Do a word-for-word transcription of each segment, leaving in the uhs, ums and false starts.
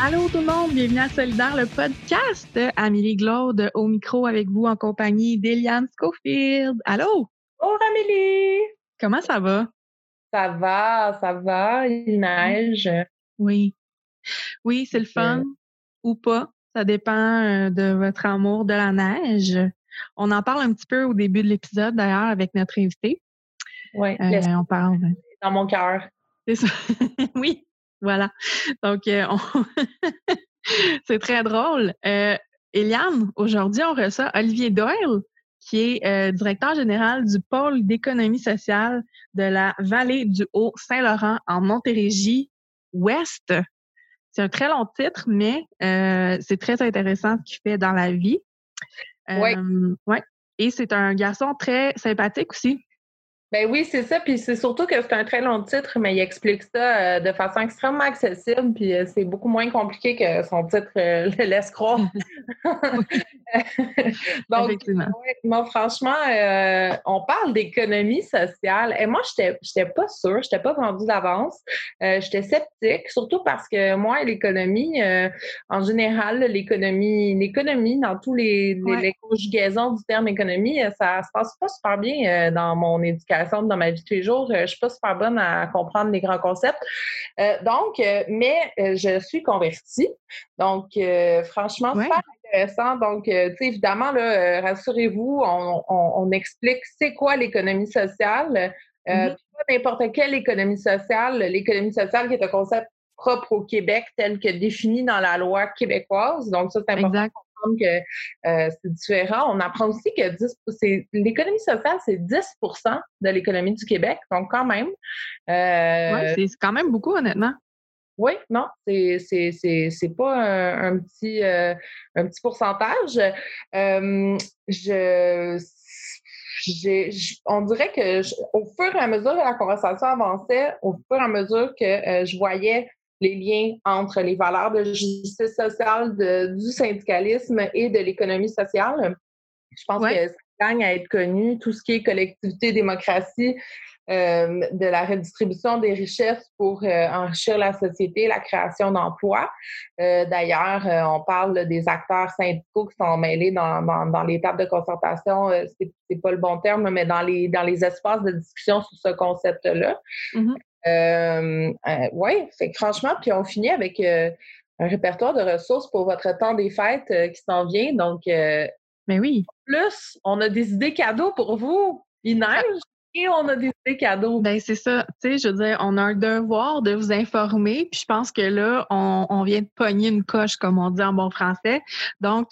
Allô tout le monde, bienvenue à Solidaire, le podcast. Amélie Glaude au micro avec vous en compagnie d'Éliane Schofield. Allô? Bonjour Amélie! Comment ça va? Ça va, ça va, il neige. Oui. Oui, c'est le fun ou pas. Ça dépend de votre amour de la neige. On en parle un petit peu au début de l'épisode d'ailleurs avec notre invité. Oui, euh, on parle. Dans mon cœur. C'est ça. Oui, voilà. Donc, euh, on... c'est très drôle. Euh, Éliane, aujourd'hui, on reçoit Olivier Doyle, qui est euh, directeur général du pôle d'économie sociale de la vallée du Haut-Saint-Laurent en Montérégie-Ouest. C'est un très long titre, mais euh, c'est très intéressant ce qu'il fait dans la vie. Euh, oui. Ouais. Et c'est un garçon très sympathique aussi. Ben oui, c'est ça. Puis c'est surtout que c'est un très long titre, mais il explique ça euh, de façon extrêmement accessible. Puis euh, c'est beaucoup moins compliqué que son titre euh, le laisse croire. Donc, effectivement. Ouais, moi, franchement, euh, on parle d'économie sociale. Et moi, j'étais, j'étais pas sûre, j'étais pas vendue d'avance. Euh, j'étais sceptique, surtout parce que moi, l'économie, euh, en général, l'économie, l'économie dans tous les, les, Ouais. les conjugaisons du terme économie, ça se passe pas super bien euh, dans mon éducation, dans ma vie de tous les jours. Euh, je suis pas super bonne à comprendre les grands concepts. Euh, donc, euh, mais euh, je suis convertie. Donc, euh, franchement, Ouais. super intéressant. Donc, euh, tu sais, évidemment, là, euh, rassurez-vous, on, on, on explique c'est quoi l'économie sociale. Euh, Mm-hmm. Pas n'importe quelle économie sociale. L'économie sociale qui est un concept propre au Québec tel que défini dans la loi québécoise. Donc, ça, c'est important Exact. de comprendre que euh, c'est différent. On apprend aussi que dix, c'est, l'économie sociale, c'est dix pour cent de l'économie du Québec. Donc, quand même. Euh, ouais, c'est, c'est quand même beaucoup, honnêtement. Oui, non, c'est c'est c'est c'est pas un, un petit euh, un petit pourcentage. Euh, je j'ai, on dirait que je, au fur et à mesure que la conversation avançait, au fur et à mesure que euh, je voyais les liens entre les valeurs de justice sociale, de, du syndicalisme et de l'économie sociale, je pense ouais. que ça gagne à être connu, tout ce qui est collectivité, démocratie, euh, de la redistribution des richesses pour euh, enrichir la société, la création d'emplois. Euh, d'ailleurs, euh, on parle des acteurs syndicaux qui sont mêlés dans, dans, dans les tables de concertation, euh, c'est, c'est pas le bon terme, mais dans les, dans les espaces de discussion sur ce concept-là. Mm-hmm. Euh, euh, oui, fait que franchement, puis on finit avec euh, un répertoire de ressources pour votre temps des fêtes euh, qui s'en vient. Donc, euh, mais oui. En plus, on a des idées cadeaux pour vous. Il neige et on a des idées cadeaux. Ben c'est ça, tu sais, je veux dire, on a un devoir de vous informer, puis je pense que là, on, on vient de pogner une coche, comme on dit en bon français. Donc,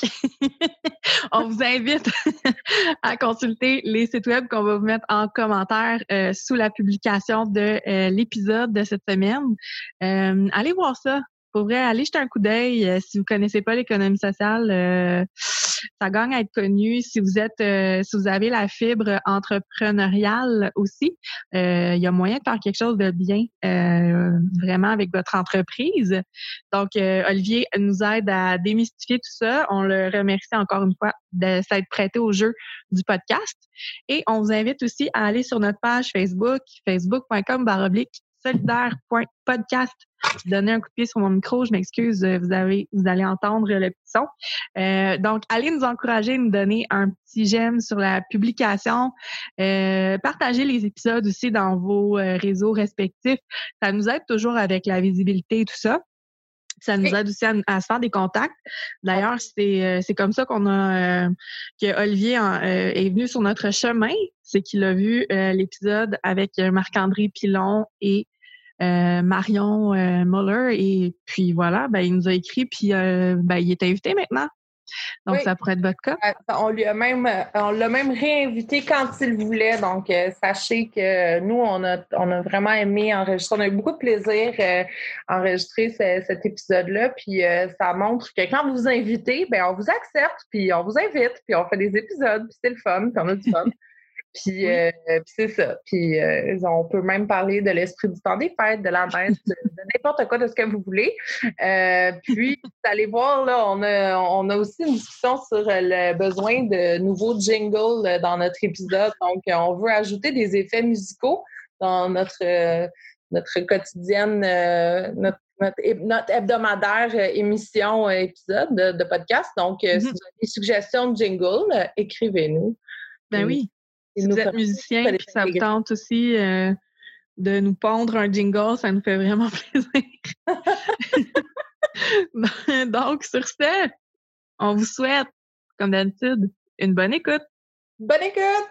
on vous invite à consulter les sites web qu'on va vous mettre en commentaire euh, sous la publication de euh, l'épisode de cette semaine. Euh, allez voir ça. Pour vrai, allez jeter un coup d'œil. Euh, si vous connaissez pas l'économie sociale, euh, ça gagne à être connu. Si vous êtes, euh, si vous avez la fibre entrepreneuriale aussi, il euh, y a moyen de faire quelque chose de bien, euh, vraiment avec votre entreprise. Donc, euh, Olivier nous aide à démystifier tout ça. On le remercie encore une fois de s'être prêté au jeu du podcast. Et on vous invite aussi à aller sur notre page Facebook, facebook.com baroblique solidaire.podcast. Donner un coup de pied sur mon micro, je m'excuse, vous avez, vous allez entendre le petit son. Euh, donc, allez nous encourager, nous donner un petit j'aime sur la publication. Euh, partagez les épisodes aussi dans vos euh, réseaux respectifs. Ça nous aide toujours avec la visibilité et tout ça. Ça nous aide aussi à, à se faire des contacts. D'ailleurs, c'est, euh, c'est comme ça qu'on a euh, que Olivier en, euh, est venu sur notre chemin. C'est qu'il a vu euh, l'épisode avec Marc-André Pilon et euh, Marion euh, Muller. Et puis voilà, ben, il nous a écrit, puis euh, ben, il est invité maintenant. Donc, oui. Ça pourrait être votre cas. On lui a même, on l'a même réinvité quand il voulait. Donc, euh, sachez que nous, on a, on a vraiment aimé enregistrer. On a eu beaucoup de plaisir euh, à enregistrer ce, cet épisode-là. Puis, euh, ça montre que quand vous vous invitez, ben, on vous accepte, puis on vous invite, puis on fait des épisodes, puis c'est le fun, puis on a du fun. Puis, oui. euh, puis c'est ça. Puis euh, on peut même parler de l'esprit du temps des fêtes, de la neige, de, de n'importe quoi, de ce que vous voulez. Euh, puis, vous allez voir, là, on a, on a aussi une discussion sur le besoin de nouveaux jingles dans notre épisode. Donc, on veut ajouter des effets musicaux dans notre, euh, notre quotidienne, euh, notre notre, notre hebdomadaire euh, émission, euh, épisode de, de podcast. Donc, euh, mm-hmm. si vous avez des suggestions de jingle, euh, écrivez-nous. Ben et, oui. Et si vous êtes musicien et que ça vous tente aussi euh, de nous pondre un jingle, ça nous fait vraiment plaisir. Donc, sur ce, on vous souhaite, comme d'habitude, une bonne écoute. Bonne écoute!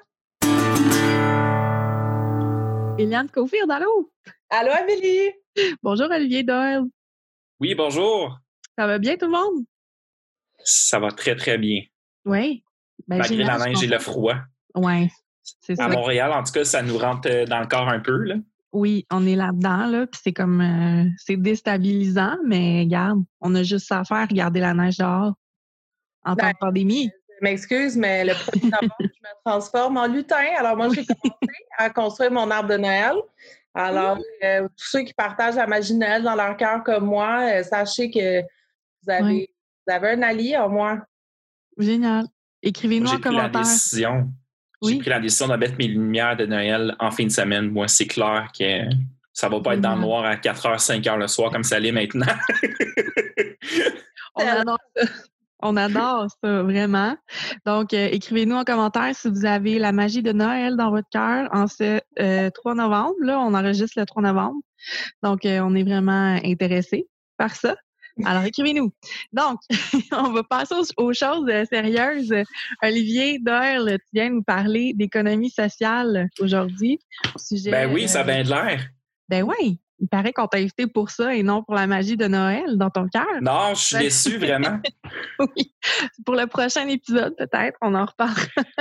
Éliane Cofield, allô? Allô, Amélie! Bonjour, Olivier Doyle. Oui, bonjour. Ça va bien, tout le monde? Ça va très, très bien. Oui. Ben, malgré la neige et le froid. Oui, c'est ça. À Montréal, en tout cas, ça nous rentre dans le corps un peu, là. Oui, on est là-dedans, là, puis c'est comme, euh, c'est déstabilisant, mais regarde, on a juste ça à faire, regarder la neige dehors en temps de pandémie. Je m'excuse, mais le premier novembre, je me transforme en lutin. Alors, moi, j'ai commencé à construire mon arbre de Noël. Alors, euh, tous ceux qui partagent la magie de Noël dans leur cœur comme moi, euh, sachez que vous avez, oui. vous avez un allié en moi. Génial. Écrivez-nous en commentaire. Décision. Oui. J'ai pris la décision de mettre mes lumières de Noël en fin de semaine. Moi, c'est clair que ça va pas Génial. Être dans le noir à quatre heures, cinq heures le soir comme ça l'est maintenant. On adore ça. On adore ça, vraiment. Donc, euh, écrivez-nous en commentaire si vous avez la magie de Noël dans votre cœur en ce euh, trois novembre. Là, on enregistre le trois novembre. Donc, euh, on est vraiment intéressés par ça. Alors, écrivez-nous. Donc, on va passer aux, aux choses euh, sérieuses. Olivier Doyle, tu viens nous parler d'économie sociale aujourd'hui. Sujet, ben oui, euh, ça a bien de l'air. Ben oui. Il paraît qu'on t'a invité pour ça et non pour la magie de Noël dans ton cœur. Non, je suis déçue, vraiment. Oui. Pour le prochain épisode, peut-être, on en reparle.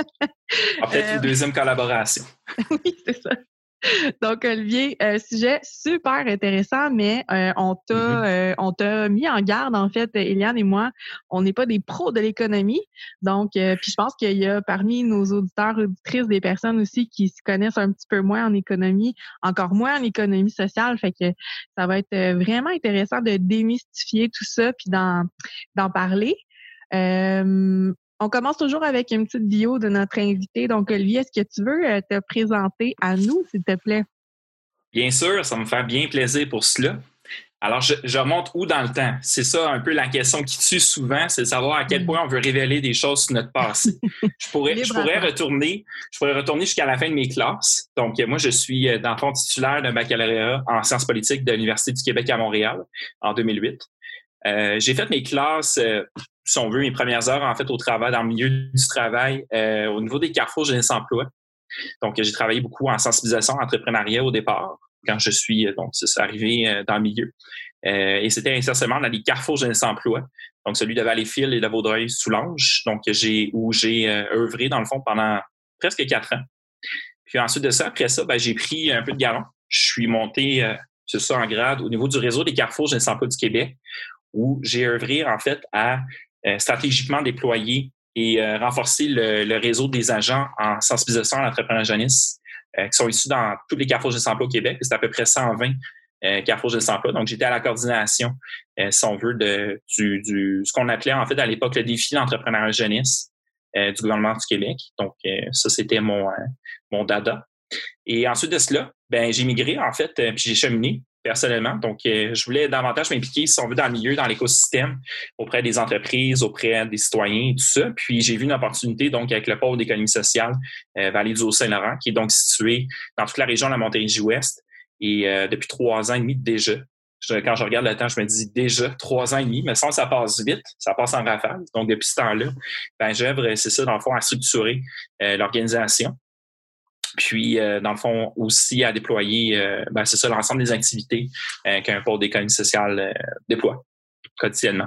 Ah, peut-être euh... une deuxième collaboration. Oui, c'est ça. Donc, Olivier, euh, sujet super intéressant, mais euh, on t'a mm-hmm. euh, on t'a mis en garde, en fait, Éliane et moi, on n'est pas des pros de l'économie. Donc, euh, puis je pense qu'il y a parmi nos auditeurs, auditrices, des personnes aussi qui se connaissent un petit peu moins en économie, encore moins en économie sociale. Fait que ça va être vraiment intéressant de démystifier tout ça puis d'en, d'en parler. Euh, On commence toujours avec une petite bio de notre invité. Donc, Olivier, est-ce que tu veux te présenter à nous, s'il te plaît? Bien sûr, ça me fait bien plaisir pour cela. Alors, je, je remonte où dans le temps? C'est ça un peu la question qui tue souvent, c'est de savoir à quel point on veut révéler des choses sur notre passé. Je pourrais, je pourrais retourner, je pourrais retourner jusqu'à la fin de mes classes. Donc, moi, je suis, dans le fond, titulaire d'un baccalauréat en sciences politiques de l'Université du Québec à Montréal en deux mille huit. Euh, j'ai fait mes classes, euh, si on veut, mes premières heures, en fait, au travail, dans le milieu du travail, euh, au niveau des carrefours jeunesse emploi. Donc, j'ai travaillé beaucoup en sensibilisation entrepreneuriat au départ, quand je suis, donc, c'est arrivé euh, dans le milieu. Euh, et c'était essentiellement dans les carrefours jeunesse emploi, donc celui de Valleyfield et de Vaudreuil-Soulanges, donc, j'ai, où j'ai euh, œuvré, dans le fond, pendant presque quatre ans. Puis ensuite de ça, après ça, ben, j'ai pris un peu de galon. Je suis monté, euh, c'est ça, en grade, au niveau du réseau des carrefours jeunesse emploi du Québec, où j'ai œuvré, en fait, à euh, stratégiquement déployer et euh, renforcer le, le réseau des agents en sensibilisation à l'entrepreneuriat jeunesse euh, qui sont issus dans tous les carrefours jeunesse emploi au Québec. C'est à peu près cent vingt euh, carrefours jeunesse emploi. Donc, j'étais à la coordination, euh, si on veut, de, du, du, ce qu'on appelait, en fait, à l'époque, le défi d'entrepreneuriat jeunesse euh, du gouvernement du Québec. Donc, euh, ça, c'était mon, euh, mon dada. Et ensuite de cela, ben, j'ai migré, en fait, euh, puis j'ai cheminé personnellement. Donc, euh, je voulais davantage m'impliquer, si on veut, dans le milieu, dans l'écosystème, auprès des entreprises, auprès des citoyens et tout ça. Puis, j'ai vu une opportunité, donc, avec le pôle d'économie sociale euh, Vallée du Haut-Saint-Laurent, qui est donc situé dans toute la région de la Montérégie-Ouest. Et euh, depuis trois ans et demi déjà, je, quand je regarde le temps, je me dis déjà trois ans et demi, mais sans ça passe vite, ça passe en rafale. Donc, depuis ce temps-là, ben, j'œuvre, c'est ça, dans le fond, à structurer euh, l'organisation. Puis, euh, dans le fond, aussi à déployer, euh, ben, c'est ça, l'ensemble des activités euh, qu'un pôle d'économie sociale euh, déploie quotidiennement.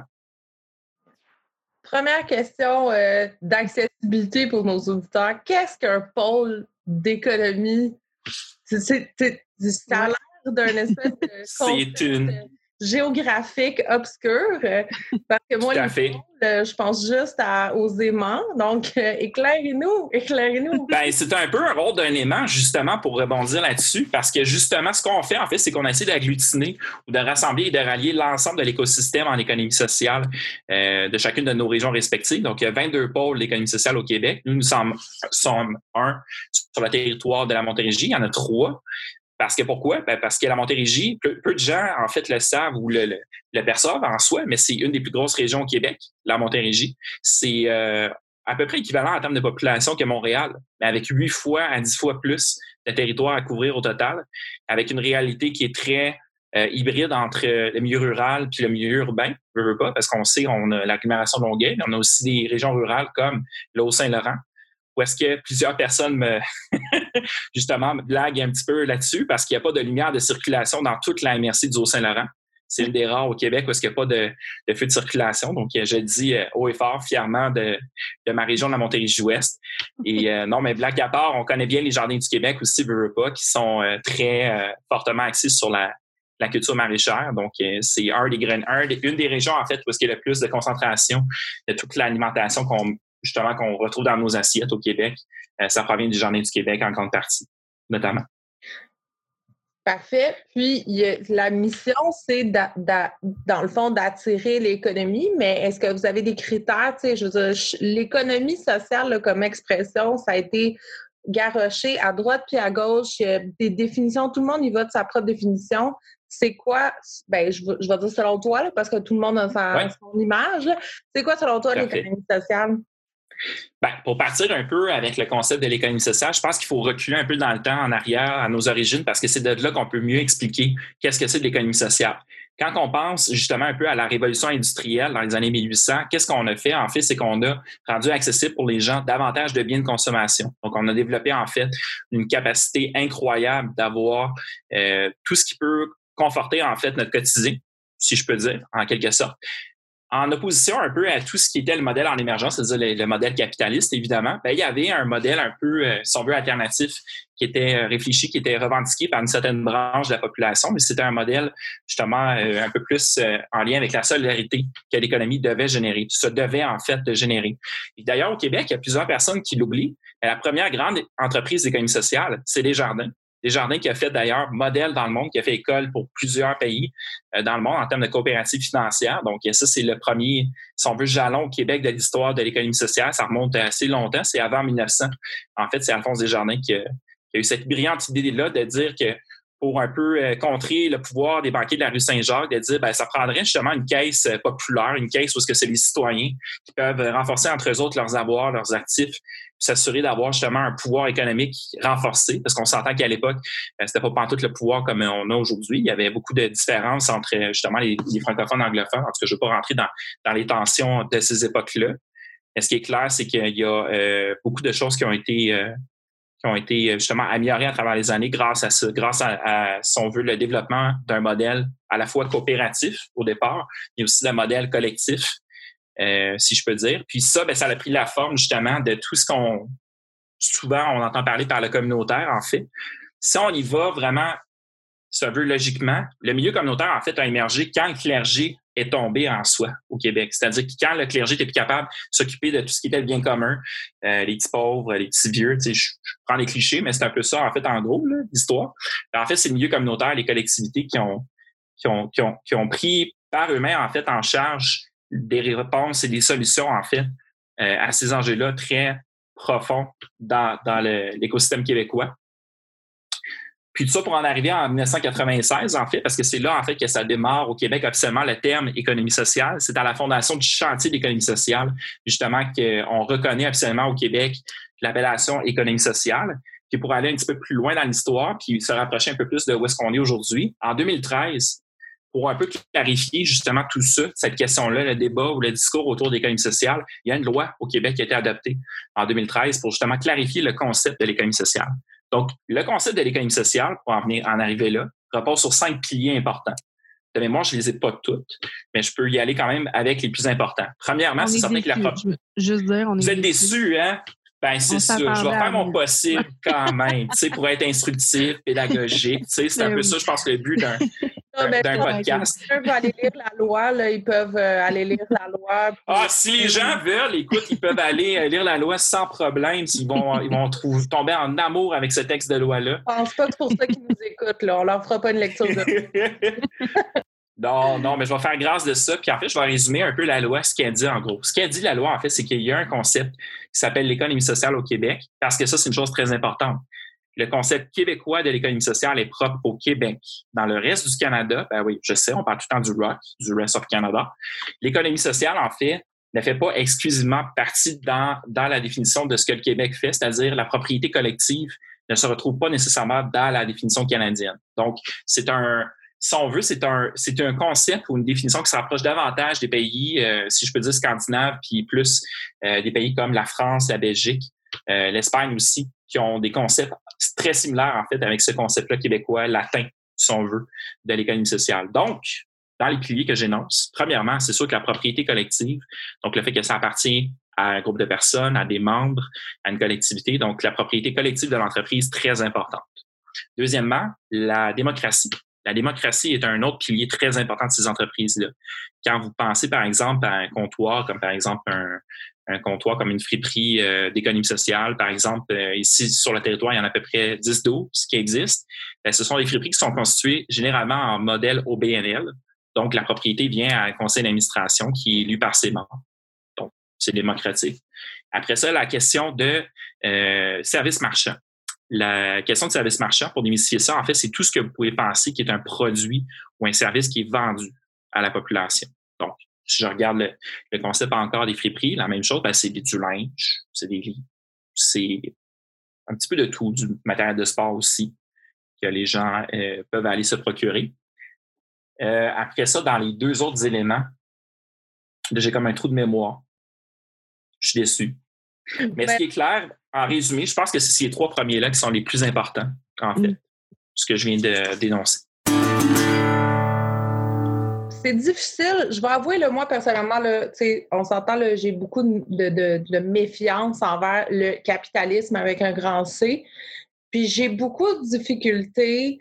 Première question euh, d'accessibilité pour nos auditeurs. Qu'est-ce qu'un pôle d'économie? C'est, c'est, c'est, ça a l'air d'un espèce de c'est une... géographique obscur, euh, parce que moi, les pôles, euh, je pense juste à, aux aimants. Donc, euh, éclairez-nous, éclairez-nous. Ben, c'est un peu un rôle d'un aimant, justement, pour rebondir là-dessus, parce que, justement, ce qu'on fait, en fait, c'est qu'on essaie d'agglutiner ou de rassembler et de rallier l'ensemble de l'écosystème en économie sociale euh, de chacune de nos régions respectives. Donc, il y a vingt-deux pôles d'économie sociale au Québec. Nous, nous sommes, sommes un sur le territoire de la Montérégie. Il y en a trois. Parce que pourquoi? Ben parce que la Montérégie, peu, peu de gens, en fait, le savent ou le, le, le perçoivent en soi, mais c'est une des plus grosses régions au Québec, la Montérégie. C'est euh, à peu près équivalent en termes de population que Montréal, mais avec huit fois à dix fois plus de territoire à couvrir au total, avec une réalité qui est très euh, hybride entre le milieu rural puis le milieu urbain, je veux pas, parce qu'on sait, on a l'agglomération de Longueuil, mais on a aussi des régions rurales comme le Haut-Saint-Laurent, où est-ce que plusieurs personnes me justement me blaguent un petit peu là-dessus parce qu'il n'y a pas de lumière de circulation dans toute la M R C du Haut-Saint-Laurent. C'est une des rares au Québec où il n'y a pas de, de feu de circulation. Donc, je le dis euh, haut et fort, fièrement de, de ma région de la Montérégie-Ouest. Et euh, non, mais blague à part, on connaît bien les Jardins du Québec aussi, veux, veux pas, qui sont euh, très euh, fortement axés sur la, la culture maraîchère. Donc, euh, c'est un des graines, un des, une des régions, en fait, où il y a le plus de concentration de toute l'alimentation qu'on, justement, qu'on retrouve dans nos assiettes au Québec. Euh, ça provient du Jardin du Québec en grande partie, notamment. Parfait. Puis, il y a, la mission, c'est d'a, d'a, dans le fond d'attirer l'économie, mais est-ce que vous avez des critères? Tu sais, je veux dire, l'économie sociale, là, comme expression, ça a été garoché à droite puis à gauche. Il y a des définitions, tout le monde y va de sa propre définition. C'est quoi, ben je, je vais dire selon toi, là, parce que tout le monde a sa, ouais. son image. Là. C'est quoi, selon toi, l'économie sociale? Ben, pour partir un peu avec le concept de l'économie sociale, je pense qu'il faut reculer un peu dans le temps, en arrière, à nos origines, parce que c'est de là qu'on peut mieux expliquer qu'est-ce que c'est de l'économie sociale. Quand on pense justement un peu à la révolution industrielle dans les années mille huit cents, qu'est-ce qu'on a fait? En fait, c'est qu'on a rendu accessible pour les gens davantage de biens de consommation. Donc, on a développé en fait une capacité incroyable d'avoir euh, tout ce qui peut conforter en fait notre quotidien, si je peux dire, en quelque sorte. En opposition un peu à tout ce qui était le modèle en émergence, c'est-à-dire le, le modèle capitaliste, évidemment, ben, il y avait un modèle un peu, euh, si on veut, alternatif qui était euh, réfléchi, qui était revendiqué par une certaine branche de la population, mais c'était un modèle justement euh, un peu plus euh, en lien avec la solidarité que l'économie devait générer, se devait en fait de générer. Et d'ailleurs, au Québec, il y a plusieurs personnes qui l'oublient. La première grande entreprise d'économie sociale, c'est Desjardins. Desjardins qui a fait d'ailleurs modèle dans le monde, qui a fait école pour plusieurs pays euh, dans le monde en termes de coopérative financière. Donc ça, c'est le premier, si on veut, jalon au Québec de l'histoire de l'économie sociale. Ça remonte assez longtemps, c'est avant mille neuf cents. En fait, c'est Alphonse Desjardins qui a, qui a eu cette brillante idée-là de dire que pour un peu euh, contrer le pouvoir des banquiers de la rue Saint-Jacques, de dire ben ça prendrait justement une caisse euh, populaire, une caisse où ce que c'est les citoyens qui peuvent renforcer entre eux autres leurs avoirs, leurs actifs, puis s'assurer d'avoir justement un pouvoir économique renforcé, parce qu'on s'entend qu'à l'époque, euh, c'était pas pantoute le pouvoir comme on a aujourd'hui. Il y avait beaucoup de différences entre justement les, les francophones et anglophones. En tout cas, je ne veux pas rentrer dans, dans les tensions de ces époques-là. Mais ce qui est clair, c'est qu'il y a euh, beaucoup de choses qui ont été euh, qui ont été justement améliorées à travers les années grâce à ça, grâce à, à, si on veut, le développement d'un modèle à la fois coopératif au départ, mais aussi d'un modèle collectif, euh, si je peux dire. Puis ça, ben, ça a pris la forme justement de tout ce qu'on, souvent, on entend parler par le communautaire, en fait. Si on y va vraiment, si on veut, logiquement, le milieu communautaire, en fait, a émergé quand le clergé est tombé en soi au Québec. C'est-à-dire que quand le clergé était plus capable de s'occuper de tout ce qui était le bien commun, euh, les petits pauvres, les petits vieux, tu sais, je, je prends les clichés, mais c'est un peu ça, en fait, en gros, là, l'histoire. En fait, c'est le milieu communautaire, les collectivités qui ont, qui ont, qui ont, qui ont pris par eux-mêmes, en fait, en charge des réponses et des solutions, en fait, euh, à ces enjeux-là très profonds dans, dans le, l'écosystème québécois. Puis tout ça pour en arriver en dix-neuf cent quatre-vingt-seize, en fait, parce que c'est là, en fait, que ça démarre au Québec officiellement le terme économie sociale. C'est à la fondation du chantier d'économie sociale, justement, qu'on reconnaît officiellement au Québec l'appellation économie sociale. Puis pour aller un petit peu plus loin dans l'histoire, puis se rapprocher un peu plus de où est-ce qu'on est aujourd'hui, en deux mille treize, pour un peu clarifier justement tout ça, cette question-là, le débat ou le discours autour de l'économie sociale, il y a une loi au Québec qui a été adoptée en deux mille treize pour justement clarifier le concept de l'économie sociale. Donc, le concept de l'économie sociale, pour en venir en arriver là, repose sur cinq piliers importants. De mémoire, je ne les ai pas toutes, mais je peux y aller quand même avec les plus importants. Premièrement, on c'est certain que la... Juste dire, on est Vous êtes déçus, hein? Ben, c'est sûr. Je vais faire mon possible quand même, tu sais, pour être instructif, pédagogique. Tu sais, c'est un peu ça, je pense, le but d'un, d'un, ben, d'un podcast. Ils peuvent aller lire la loi, là, ils peuvent euh, aller lire la loi. Puis... Ah, si les gens veulent, écoute, ils peuvent aller euh, lire la loi sans problème. Ils vont, ils vont trouver, tomber en amour avec ce texte de loi-là. Je pense pas que c'est pour ça qu'ils nous écoutent, là. On leur fera pas une lecture de Non, non, mais je vais faire grâce de ça. Puis en fait, je vais résumer un peu la loi, ce qu'elle dit en gros. Ce qu'elle dit, la loi, en fait, c'est qu'il y a un concept qui s'appelle l'économie sociale au Québec, parce que ça, c'est une chose très importante. le concept québécois de l'économie sociale est propre au Québec. Dans le reste du Canada, ben oui, je sais, on parle tout le temps du R O C, du Rest of Canada. L'économie sociale, en fait, ne fait pas exclusivement partie dans, dans la définition de ce que le Québec fait, c'est-à-dire la propriété collective ne se retrouve pas nécessairement dans la définition canadienne. Donc, c'est un, si on veut, c'est un, c'est un concept ou une définition qui se rapproche davantage des pays, euh, si je peux dire scandinaves, puis plus euh, des pays comme la France, la Belgique, euh, l'Espagne aussi, qui ont des concepts très similaires, en fait, avec ce concept-là québécois, latin, si on veut, de l'économie sociale. Donc, dans les piliers que j'énonce, premièrement, c'est sûr que la propriété collective, donc le fait que ça appartient à un groupe de personnes, à des membres, à une collectivité, donc la propriété collective de l'entreprise, très importante. Deuxièmement, la démocratie. La démocratie est un autre pilier très important de ces entreprises-là. Quand vous pensez, par exemple, à un comptoir, comme par exemple un, un comptoir comme une friperie euh, d'économie sociale, par exemple, euh, ici sur le territoire, il y en a à peu près dix douze qui existent. Bien, ce sont des friperies qui sont constituées généralement en modèle O B N L. Donc, la propriété vient à un conseil d'administration qui est élu par ses membres. Donc, c'est démocratique. Après ça, la question de euh, service marchand. La question de service marchand, pour démystifier ça, en fait, c'est tout ce que vous pouvez penser qui est un produit ou un service qui est vendu à la population. Donc, si je regarde le, le concept encore des friperies, la même chose, ben, c'est du linge, c'est des lits, c'est un petit peu de tout, du matériel de sport aussi, que les gens euh, peuvent aller se procurer. Euh, après ça, dans les deux autres éléments, là, j'ai comme un trou de mémoire. Je suis déçu. Mais ben, ce qui est clair, en résumé, je pense que c'est ces trois premiers-là qui sont les plus importants, en fait, mm. ce que je viens de dénoncer. C'est difficile. Je vais avouer, là, moi, personnellement, là, on s'entend, là, j'ai beaucoup de, de, de méfiance envers le capitalisme avec un grand C. Puis j'ai beaucoup de difficultés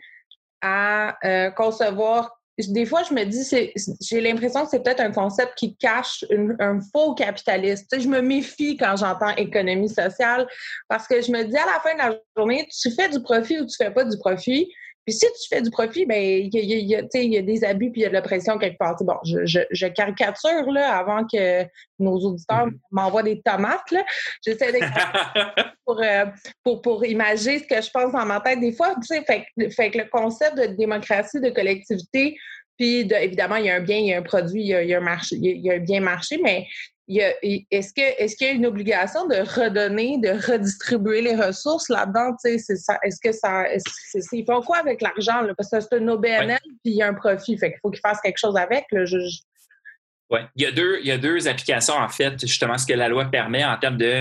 à euh, concevoir. Des fois, je me dis, c'est, j'ai l'impression que c'est peut-être un concept qui cache une, un faux capitalisme. Tu sais, je me méfie quand j'entends économie sociale parce que je me dis à la fin de la journée, tu fais du profit ou tu fais pas du profit. Puis si tu fais du profit, ben il y, y, y, il y a des abus puis il y a de l'oppression quelque part. Bon, je, je, je caricature là avant que nos auditeurs mm-hmm. m'envoient des tomates. Là. J'essaie de pour, euh, pour, pour imaginer ce que je pense dans ma tête des fois. Tu sais, fait, fait que le concept de démocratie, de collectivité, puis de, évidemment, il y a un bien, il y a un produit, il y a, il y a un marché, il y a un bien marché, mais il y a, est-ce que est-ce qu'il y a une obligation de redonner, de redistribuer les ressources là-dedans? Tu sais, c'est ça, est-ce que ça. Est-ce, c'est, c'est, ils font quoi avec l'argent? Là? Parce que c'est un O B N L, ouais. Puis il y a un profit. Fait qu'il faut qu'ils fassent quelque chose avec. Là, je, je... Oui, il y a deux, il y a deux applications, en fait, justement, ce que la loi permet en termes de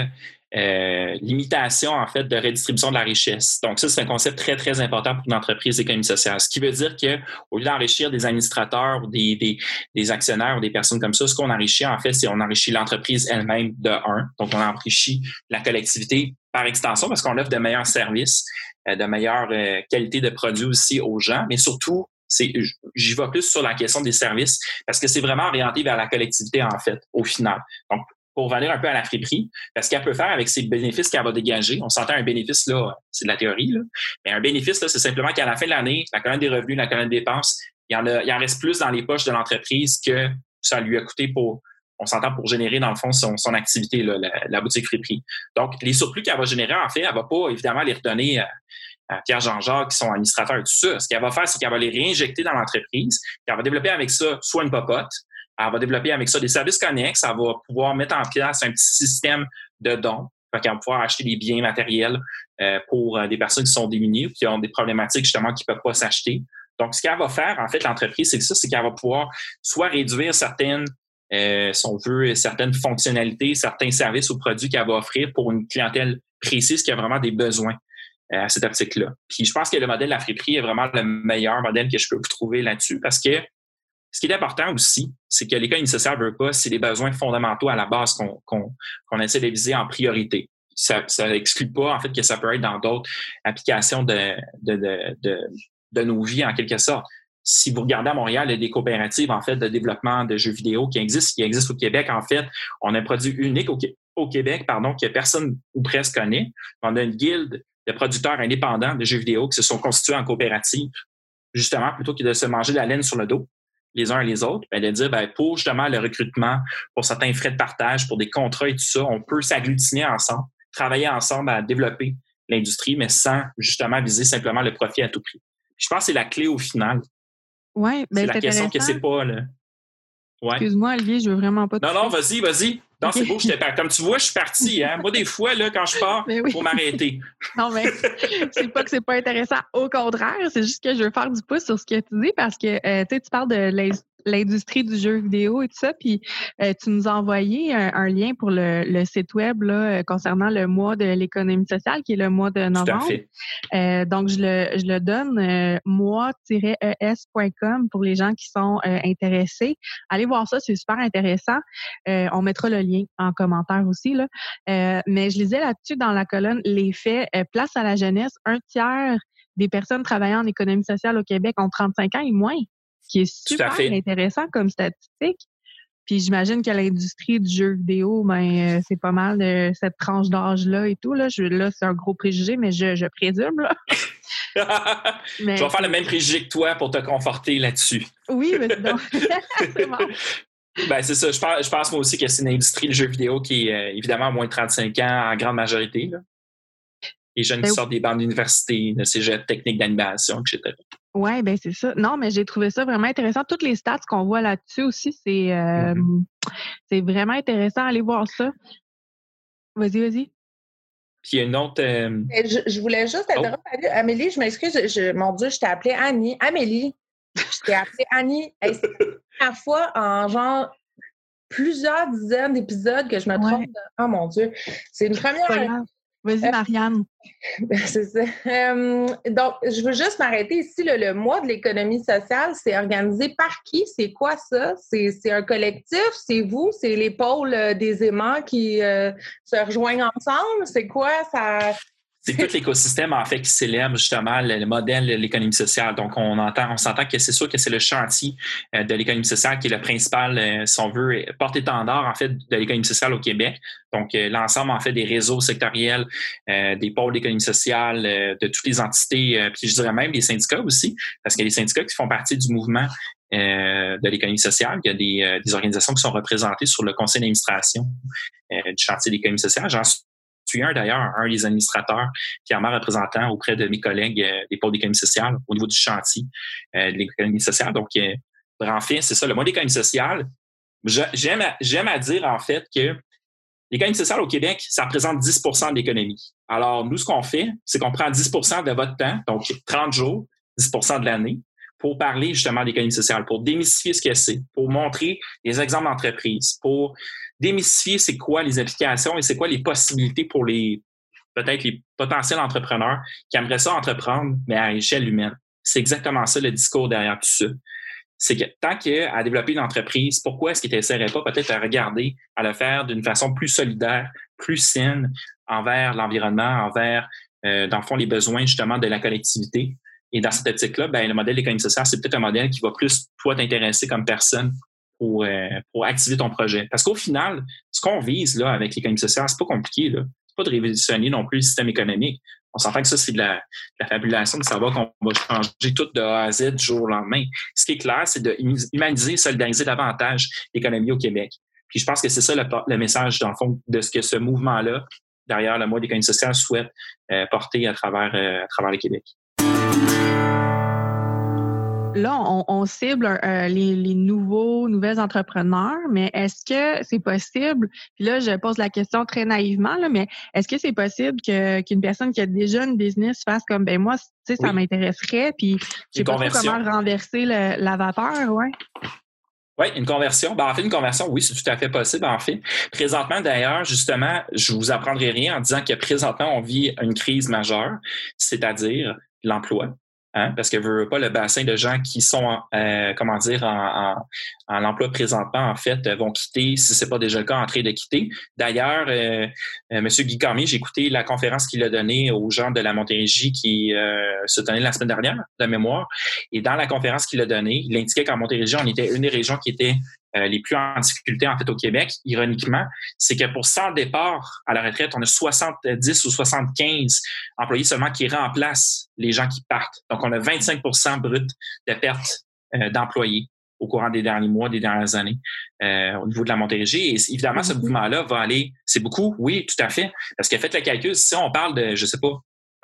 euh, limitation, en fait, de redistribution de la richesse. Donc, ça, c'est un concept très, très important pour une entreprise d'économie sociale. Ce qui veut dire qu'au lieu d'enrichir des administrateurs ou des, des, des actionnaires ou des personnes comme ça, ce qu'on enrichit, en fait, c'est on enrichit l'entreprise elle-même de un. Donc, on enrichit la collectivité par extension parce qu'on offre de meilleurs services, euh, de meilleure euh, qualité de produits aussi aux gens, mais surtout, c'est, j'y vais plus sur la question des services parce que c'est vraiment orienté vers la collectivité, en fait, au final. Donc, pour revenir un peu à la friperie, parce qu'elle peut faire avec ses bénéfices qu'elle va dégager. On s'entend un bénéfice, là, c'est de la théorie, là. Mais un bénéfice, là, c'est simplement qu'à la fin de l'année, la colonne des revenus, la colonne des dépenses, il y en a, il en reste plus dans les poches de l'entreprise que ça lui a coûté pour, on s'entend pour générer, dans le fond, son, son activité, là, la, la boutique friperie. Donc, les surplus qu'elle va générer, en fait, elle va pas, évidemment, les redonner à, à Pierre Jean-Jacques, qui sont administrateurs et tout ça. Ce qu'elle va faire, c'est qu'elle va les réinjecter dans l'entreprise, qu'elle va développer avec ça soit une popote, elle va développer avec ça des services connexes, elle va pouvoir mettre en place un petit système de dons, fait qu'elle va pouvoir acheter des biens matériels euh, pour euh, des personnes qui sont démunies ou qui ont des problématiques justement qui ne peuvent pas s'acheter. Donc, ce qu'elle va faire, en fait, l'entreprise, c'est que ça, c'est qu'elle va pouvoir soit réduire certaines, euh, si on veut, certaines fonctionnalités, certains services ou produits qu'elle va offrir pour une clientèle précise qui a vraiment des besoins euh, à cette optique-là. Puis, je pense que le modèle de la friperie est vraiment le meilleur modèle que je peux vous trouver là-dessus parce que ce qui est important aussi, c'est que l'économie sociale ne veut pas, c'est les besoins fondamentaux à la base qu'on, qu'on, qu'on essaie de viser en priorité. Ça n'exclut pas, en fait, que ça peut être dans d'autres applications de, de, de, de, de nos vies, en quelque sorte. Si vous regardez à Montréal, il y a des coopératives, en fait, de développement de jeux vidéo qui existent, qui existent au Québec. En fait, on a un produit unique au, au Québec, pardon, que personne ou presque connaît. On a une guilde de producteurs indépendants de jeux vidéo qui se sont constitués en coopérative, justement, plutôt que de se manger de la laine sur le dos les uns et les autres, ben de dire ben, pour justement le recrutement, pour certains frais de partage, pour des contrats et tout ça, on peut s'agglutiner ensemble, travailler ensemble à développer l'industrie, mais sans justement viser simplement le profit à tout prix. Je pense que c'est la clé au final. Oui, bien, c'est la question que c'est pas... Là. Ouais. Excuse-moi, Olivier, je veux vraiment pas te Non, non, vas-y, vas-y. Non, okay. C'est beau, j'étais comme tu vois, je suis parti. Hein? Moi, des fois, là, quand je pars, il oui. faut m'arrêter. Non, mais c'est pas que c'est pas intéressant. Au contraire, c'est juste que je veux faire du pouce sur ce que tu dis parce que euh, tu parles de l'industrie du jeu vidéo et tout ça, puis euh, tu nous as envoyé un, un lien pour le, le site web là, concernant le mois de l'économie sociale, qui est le mois de novembre. Tout à fait. Euh, donc, je le, je le donne euh, moi tiret e s point com pour les gens qui sont euh, intéressés. Allez voir ça, c'est super intéressant. Euh, on mettra le lien en commentaire aussi. Là. Euh, mais je lisais là-dessus dans la colonne « Les faits, euh, place à la jeunesse, un tiers des personnes travaillant en économie sociale au Québec ont trente-cinq ans et moins », qui est super intéressant comme statistique. Puis j'imagine que l'industrie du jeu vidéo, ben euh, c'est pas mal de cette tranche d'âge-là et tout. Là, je, là c'est un gros préjugé, mais je, je présume. Là. mais, je vais faire le même préjugé que toi pour te conforter là-dessus. Oui, mais non. C'est bon. Ben, c'est ça. Je pense, je pense moi aussi que c'est une industrie, le jeu vidéo, qui est euh, évidemment à moins de trente-cinq ans en grande majorité. Là. Les jeunes ben, qui sortent des bancs d'université, de cégep, techniques d'animation, et cetera. Oui, ben c'est ça. Non, mais j'ai trouvé ça vraiment intéressant. Toutes les stats qu'on voit là-dessus aussi, c'est, euh, mm-hmm. c'est vraiment intéressant. Allez voir ça. Vas-y, vas-y. Puis il y a une autre... Euh... Je, je voulais juste interrompre. Oh. Amélie, je m'excuse. Je, je, mon Dieu, je t'ai appelée Annie. Amélie, je t'ai appelée Annie. Hey, c'est la première fois en genre plusieurs dizaines d'épisodes que je me trompe. Ouais. De... Oh mon Dieu. C'est une première... Vas-y, Marianne. Euh, c'est ça. Euh, donc, je veux juste m'arrêter ici. Le, le mois de l'économie sociale, c'est organisé par qui? C'est quoi ça? C'est, c'est un collectif? C'est vous? C'est les pôles euh, des aimants qui euh, se rejoignent ensemble? C'est quoi ça? C'est tout l'écosystème, en fait, qui célèbre justement le, le modèle de l'économie sociale. Donc, on entend, on s'entend que c'est sûr que c'est le chantier euh, de l'économie sociale qui est le principal, euh, si on veut, porte-étendard, en fait, de l'économie sociale au Québec. Donc, euh, l'ensemble, en fait, des réseaux sectoriels, euh, des pôles d'économie sociale, euh, de toutes les entités, euh, puis je dirais même des syndicats aussi, parce qu'il y a des syndicats qui font partie du mouvement euh, de l'économie sociale. Il y a des, euh, des organisations qui sont représentées sur le conseil d'administration euh, du chantier de l'économie sociale. J'en suis Je suis un d'ailleurs, un des administrateurs, fièrement représentant auprès de mes collègues euh, des pôles d'économie sociale au niveau du chantier euh, de l'économie sociale. Donc, euh, en fait, c'est ça, le mois d'économie sociale. Je, j'aime, à, j'aime à dire, en fait, que l'économie sociale au Québec, ça représente dix pour cent de l'économie. Alors, nous, ce qu'on fait, c'est qu'on prend dix pour cent de votre temps, donc trente jours, dix pour cent de l'année, pour parler justement d'économie sociale, pour démystifier ce que c'est, pour montrer des exemples d'entreprises, pour démystifier c'est quoi les applications et c'est quoi les possibilités pour les peut-être les potentiels entrepreneurs qui aimeraient ça entreprendre, mais à échelle humaine. C'est exactement ça le discours derrière tout ça. C'est que tant qu'à développer une entreprise, pourquoi est-ce qu'ils n'essaieraient pas peut-être à regarder, à le faire d'une façon plus solidaire, plus saine envers l'environnement, envers, euh, dans le fond, les besoins justement de la collectivité. Et dans cette optique-là, ben, le modèle d'économie sociale, c'est peut-être un modèle qui va plus, toi, t'intéresser comme personne pour, euh, pour activer ton projet. Parce qu'au final, ce qu'on vise là avec l'économie sociale, c'est pas compliqué, là. C'est pas de révolutionner non plus le système économique. On s'entend que ça, c'est de la, de la fabulation de savoir qu'on va changer tout de A à Z du jour au lendemain. Ce qui est clair, c'est de humaniser, solidariser davantage l'économie au Québec. Puis je pense que c'est ça le, le message, dans le fond, de ce que ce mouvement-là, derrière le mois d'économie sociale, souhaite euh, porter à travers, euh, à travers le Québec. Là, on, on cible euh, les, les nouveaux, nouvelles entrepreneurs, mais est-ce que c'est possible, puis là, je pose la question très naïvement, là, mais est-ce que c'est possible que, qu'une personne qui a déjà une business fasse comme, ben moi, tu sais, ça oui. m'intéresserait, puis je sais pas trop comment renverser le, la vapeur, ouais? Oui, une conversion. Ben, en fait, une conversion, oui, c'est tout à fait possible, en fait. Présentement, d'ailleurs, justement, je vous apprendrai rien en disant que présentement, on vit une crise majeure, c'est-à-dire l'emploi. Hein, parce que veut pas le bassin de gens qui sont, euh, comment dire, en, en, en emploi présentement, en fait, vont quitter, si c'est pas déjà le cas, en train de quitter. D'ailleurs, euh, euh, M. Guy Cormier, j'ai écouté la conférence qu'il a donnée aux gens de la Montérégie qui euh, se tenait la semaine dernière, de mémoire. Et dans la conférence qu'il a donnée, il indiquait qu'en Montérégie, on était une des régions qui était Euh, les plus en difficulté, en fait, au Québec, ironiquement, c'est que pour cent départs à la retraite, on a soixante-dix ou soixante-quinze employés seulement qui remplacent les gens qui partent. Donc, on a vingt-cinq pour cent brut de perte euh, d'employés au courant des derniers mois, des dernières années euh, au niveau de la Montérégie. Et évidemment, ce mouvement-là va aller... C'est beaucoup, oui, tout à fait. Parce que faites le calcul, si on parle de, je sais pas,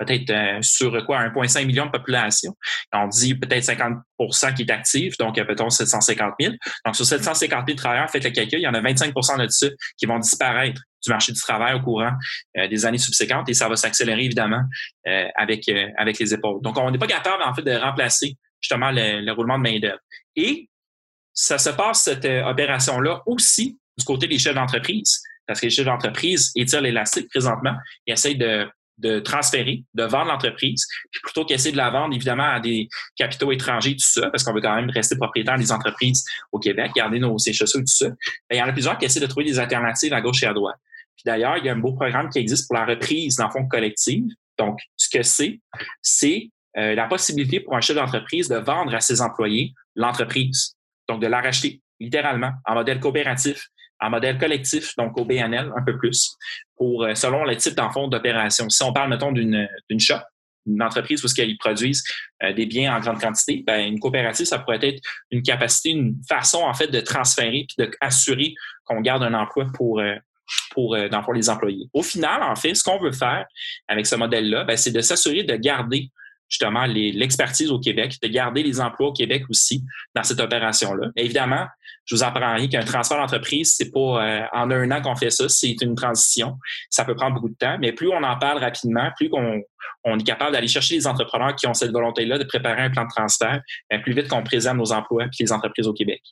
peut-être euh, sur quoi, un virgule cinq million de population. On dit peut-être cinquante pour cent qui est actif, donc peut-être sept cent cinquante mille. Donc, sur sept cent cinquante mille travailleurs, faites le calcul, il y en a vingt-cinq pour cent de ça qui vont disparaître du marché du travail au courant euh, des années subséquentes et ça va s'accélérer évidemment euh, avec, euh, avec les épaules. Donc, on n'est pas capable en fait de remplacer justement le, le roulement de main-d'œuvre. Et ça se passe, cette euh, opération-là, aussi du côté des chefs d'entreprise, parce que les chefs d'entreprise étirent l'élastique présentement, ils essayent de, de transférer, de vendre l'entreprise, puis plutôt qu'essayer de la vendre, évidemment, à des capitaux étrangers, tout ça, parce qu'on veut quand même rester propriétaire des entreprises au Québec, garder nos sièges sociaux et tout ça, bien, il y en a plusieurs qui essaient de trouver des alternatives à gauche et à droite. Puis d'ailleurs, il y a un beau programme qui existe pour la reprise dans le fond collective. Donc, ce que c'est, c'est euh, la possibilité pour un chef d'entreprise de vendre à ses employés l'entreprise. Donc, de la racheter, littéralement, en modèle coopératif, en modèle collectif, donc au B N L un peu plus, pour euh, selon le type d'enfant d'opération. Si on parle, mettons, d'une, d'une shop, une entreprise où ils produisent euh, des biens en grande quantité, ben, une coopérative, ça pourrait être une capacité, une façon, en fait, de transférer puis d'assurer qu'on garde un emploi pour, euh, pour euh, dans le fond, les employés. Au final, en fait, ce qu'on veut faire avec ce modèle-là, ben, c'est de s'assurer de garder justement les, l'expertise au Québec, de garder les emplois au Québec aussi dans cette opération-là. Mais évidemment, je vous apprends rien qu'un transfert d'entreprise, c'est pas euh, en un an qu'on fait ça, c'est une transition. Ça peut prendre beaucoup de temps, mais plus on en parle rapidement, plus qu'on on est capable d'aller chercher les entrepreneurs qui ont cette volonté-là de préparer un plan de transfert, bien, plus vite qu'on préserve nos emplois et les entreprises au Québec.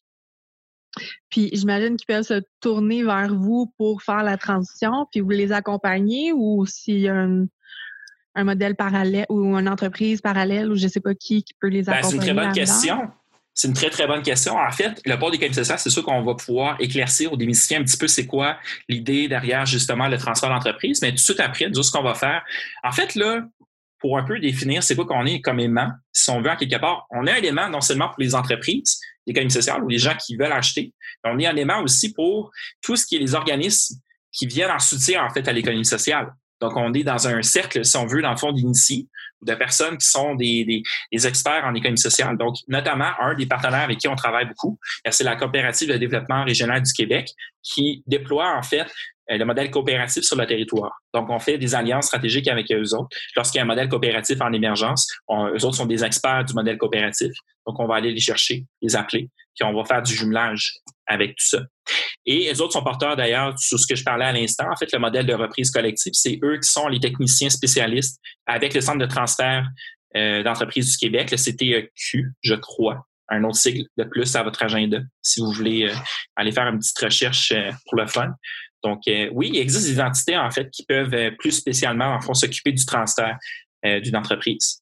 Puis j'imagine qu'ils peuvent se tourner vers vous pour faire la transition, puis vous les accompagnez, ou s'il y a un, un modèle parallèle ou une entreprise parallèle ou je ne sais pas qui qui peut les accompagner. Ben, c'est une très bonne question. C'est une très, très bonne question. En fait, le port d'économie sociale, c'est sûr qu'on va pouvoir éclaircir ou démystifier un petit peu c'est quoi l'idée derrière justement le transfert d'entreprise. Mais tout de suite après, nous, ce qu'on va faire, en fait, là, pour un peu définir c'est quoi qu'on est comme aimant, si on veut en quelque part, on est un aimant non seulement pour les entreprises, l'économie sociale ou les gens qui veulent acheter, mais on est un aimant aussi pour tout ce qui est les organismes qui viennent en soutien en fait à l'économie sociale. Donc, on est dans un cercle, si on veut, dans le fond, d'initiés ou de personnes qui sont des, des, des experts en économie sociale. Donc, notamment, un des partenaires avec qui on travaille beaucoup, c'est la Coopérative de développement régional du Québec qui déploie, en fait, le modèle coopératif sur le territoire. Donc, on fait des alliances stratégiques avec eux autres. Lorsqu'il y a un modèle coopératif en émergence, on, eux autres sont des experts du modèle coopératif. Donc, on va aller les chercher, les appeler, puis on va faire du jumelage avec tout ça. Et les autres sont porteurs d'ailleurs sur ce que je parlais à l'instant. En fait, le modèle de reprise collective, c'est eux qui sont les techniciens spécialistes avec le Centre de transfert euh, d'entreprise du Québec, le C T E Q, je crois. Un autre sigle de plus à votre agenda si vous voulez euh, aller faire une petite recherche euh, pour le fun. Donc, euh, oui, il existe des entités, en fait, qui peuvent euh, plus spécialement, en fond, s'occuper du transfert euh, d'une entreprise.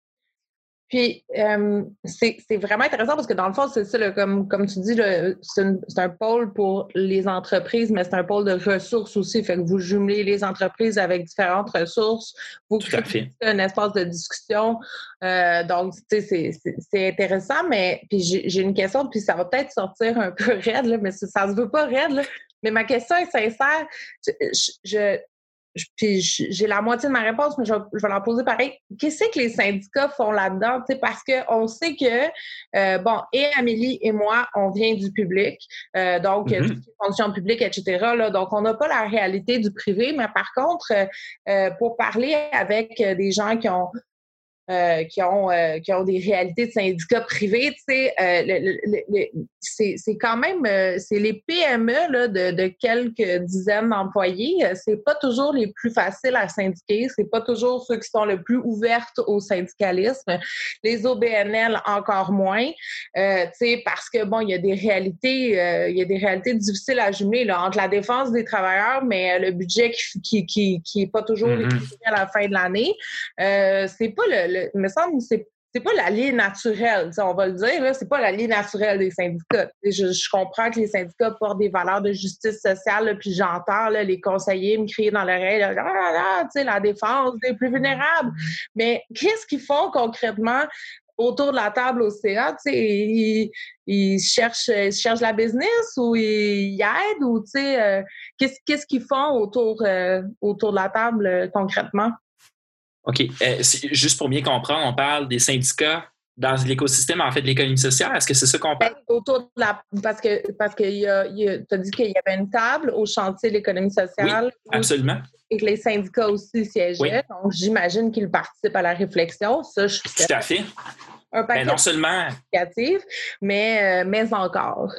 Puis, euh, c'est, c'est vraiment intéressant parce que dans le fond, c'est ça, là, comme, comme tu dis, là, c'est, une, c'est un pôle pour les entreprises, mais c'est un pôle de ressources aussi. Fait que vous jumelez les entreprises avec différentes ressources. Vous créez un espace de discussion. Euh, donc, tu sais, c'est, c'est, c'est intéressant, mais puis j'ai, j'ai une question, puis ça va peut-être sortir un peu raide, là, mais ça, ça se veut pas raide, là. Mais ma question est sincère. Je, je, je, puis j'ai la moitié de ma réponse, mais je vais, je vais la poser pareil. Qu'est-ce que les syndicats font là-dedans? T'sais, parce qu'on sait que, euh, bon, et Amélie et moi, on vient du public, euh, donc mm-hmm. tout ce qui est fonction publique, et cetera. Là, donc, on n'a pas la réalité du privé, mais par contre, euh, pour parler avec des gens qui ont Euh, qui ont euh, qui ont des réalités de syndicats privés, tu sais, euh, le, le, le, c'est, c'est quand même euh, c'est les P M E là, de, de quelques dizaines d'employés, c'est pas toujours les plus faciles à syndiquer, c'est pas toujours ceux qui sont le plus ouvertes au syndicalisme. Les O B N L encore moins, euh, tu sais, parce que bon, il y a des réalités, euh, il y a des réalités difficiles à jumeler là, entre la défense des travailleurs, mais le budget qui qui qui, qui est pas toujours mm-hmm. équilibré à la fin de l'année, euh, c'est pas le il me semble que c'est, c'est pas l'allié naturel, on va le dire, là, c'est pas l'allié naturel des syndicats. Je, je comprends que les syndicats portent des valeurs de justice sociale, là, puis j'entends là, les conseillers me crier dans l'oreille, là, ah, ah, ah, la défense des plus vulnérables. Mais qu'est-ce qu'ils font concrètement autour de la table au C A? Ils, ils, cherchent, ils cherchent la business ou ils aident? Ou, euh, qu'est-ce, qu'est-ce qu'ils font autour, euh, autour de la table euh, concrètement? OK. Euh, c'est, juste pour bien comprendre, on parle des syndicats dans l'écosystème, en fait, de l'économie sociale. Est-ce que c'est ça qu'on parle? Ben, autour de la... Parce que, parce que y a, y a, tu as dit qu'il y avait une table au chantier de l'économie sociale. Oui, absolument. et que les syndicats aussi siégeaient. Oui. Donc, j'imagine qu'ils participent à la réflexion. Ça, je suis Tout à fait. Un paquet ben non seulement négatif, mais, euh, mais encore.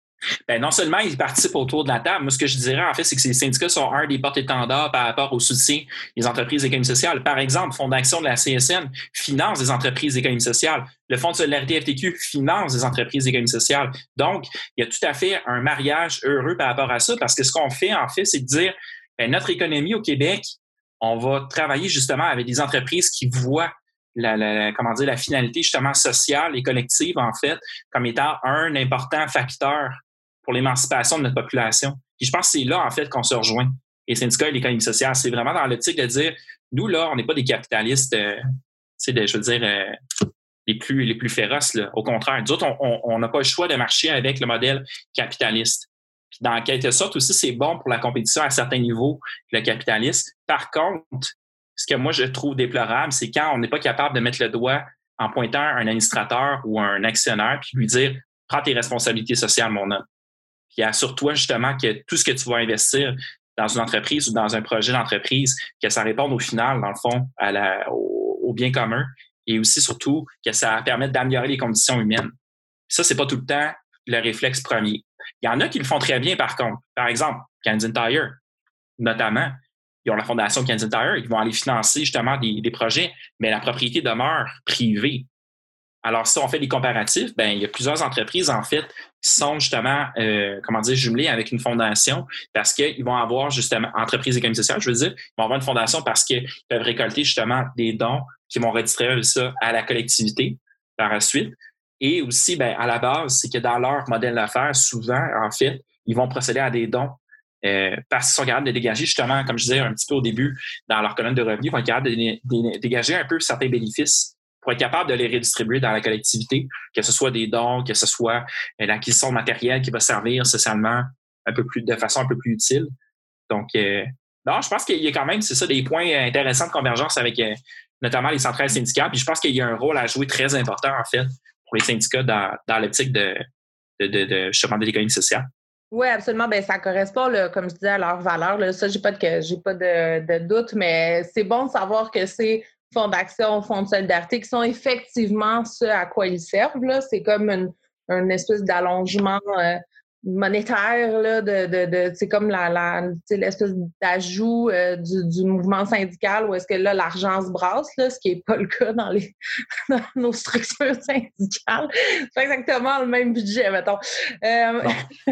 Ben non seulement ils participent autour de la table, moi ce que je dirais en fait, c'est que ces syndicats sont un des porte-étendards par rapport au soutien des entreprises d'économie sociale. Par exemple, le Fonds d'action de la C S N finance des entreprises d'économie sociale. Le Fonds de solidarité F T Q finance des entreprises d'économie sociale. Donc, il y a tout à fait un mariage heureux par rapport à ça, parce que ce qu'on fait en fait, c'est de dire ben, notre économie au Québec, on va travailler justement avec des entreprises qui voient La, la, comment dire, la finalité justement sociale et collective, en fait, comme étant un important facteur pour l'émancipation de notre population. Puis je pense que c'est là, en fait, qu'on se rejoint, les syndicats et l'économie sociale. C'est vraiment dans l'optique de dire, nous, là, on n'est pas des capitalistes, euh, tu sais, de, je veux dire, euh, les plus, les plus féroces, là. Au contraire, nous autres, on n'a pas le choix de marcher avec le modèle capitaliste. Puis dans quelque sorte aussi, c'est bon pour la compétition à certains niveaux, le capitalisme. Par contre, ce que moi, je trouve déplorable, c'est quand on n'est pas capable de mettre le doigt en pointant un administrateur ou un actionnaire puis lui dire « Prends tes responsabilités sociales, mon homme. » Puis assure-toi justement que tout ce que tu vas investir dans une entreprise ou dans un projet d'entreprise, que ça réponde au final, dans le fond, à la, au, au bien commun et aussi, surtout, que ça permette d'améliorer les conditions humaines. Puis ça, c'est pas tout le temps le réflexe premier. Il y en a qui le font très bien, par contre. Par exemple, Canadian Tire, notamment. Ils ont la Fondation Canadian Tire, ils vont aller financer justement des, des projets, mais la propriété demeure privée. Alors, si on fait des comparatifs, ben il y a plusieurs entreprises, en fait, qui sont justement, euh, comment dire, jumelées avec une fondation parce qu'ils vont avoir justement, entreprises d'économie sociale, je veux dire, ils vont avoir une fondation parce qu'ils peuvent récolter justement des dons qui vont redistribuer ça à la collectivité par la suite. Et aussi, ben à la base, c'est que dans leur modèle d'affaires, souvent, en fait, ils vont procéder à des dons Euh, parce qu'ils sont capables de dégager justement, comme je disais un petit peu au début, dans leur colonne de revenus, ils vont être capables de, de, de dégager un peu certains bénéfices pour être capables de les redistribuer dans la collectivité, que ce soit des dons, que ce soit euh, l'acquisition de matériel qui va servir socialement un peu plus, de façon un peu plus utile. Donc, euh, non, je pense qu'il y a quand même, c'est ça, des points intéressants de convergence avec euh, notamment les centrales syndicales. Puis je pense qu'il y a un rôle à jouer très important, en fait, pour les syndicats dans, dans l'optique de, de, de, de, justement, de l'économie sociale. Oui, absolument. Ben, ça correspond, là, comme je disais, à leurs valeurs. Là. Ça, j'ai pas de, j'ai pas de, de doute, mais c'est bon de savoir que ces fonds d'action, fonds de solidarité, qui sont effectivement ce à quoi ils servent. Là. C'est comme une, une espèce d'allongement euh, monétaire, là, de, de, de, c'est comme la, la, l'espèce d'ajout euh, du, du mouvement syndical où est-ce que là, l'argent se brasse, là, ce qui n'est pas le cas dans, les, dans nos structures syndicales. C'est pas exactement le même budget, mettons. Euh...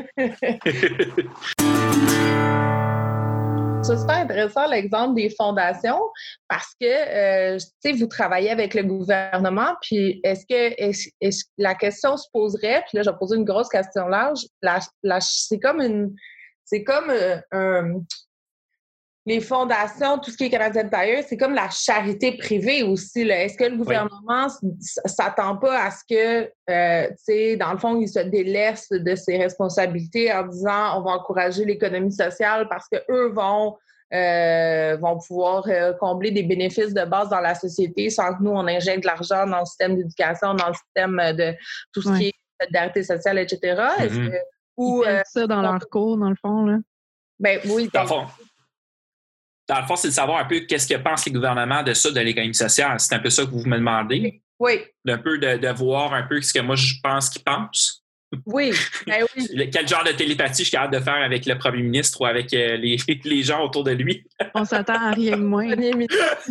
C'est super intéressant l'exemple des fondations parce que euh, tu sais, vous travaillez avec le gouvernement, puis est-ce que est-ce, est-ce, la question se poserait, puis là je vais poser une grosse question large, la, la, c'est comme une c'est comme euh, un les fondations, tout ce qui est Canadian Tire, c'est comme la charité privée aussi. Là. Est-ce que le gouvernement oui. s'attend pas à ce que, euh, tu sais, dans le fond, il se délaisse de ses responsabilités en disant on va encourager l'économie sociale parce qu'eux vont, euh, vont pouvoir euh, combler des bénéfices de base dans la société sans que nous, on injecte de l'argent dans le système d'éducation, dans le système de tout ce oui. qui est solidarité sociale, et cetera. Mm-hmm. Est-ce que, ou, Ils euh, ça dans on... leur cours, dans le fond, là? Ben oui. Dans le fond. Dans le fond, c'est de savoir un peu qu'est-ce que pensent les gouvernements de ça, de l'économie sociale. C'est un peu ça que vous me demandez. Oui. Un peu de, de voir un peu ce que moi, je pense qu'ils pensent. Oui. Ben oui. Quel genre de télépathie je suis capable de faire avec le premier ministre ou avec euh, les, les gens autour de lui. On s'attend à rien de moins. Ben,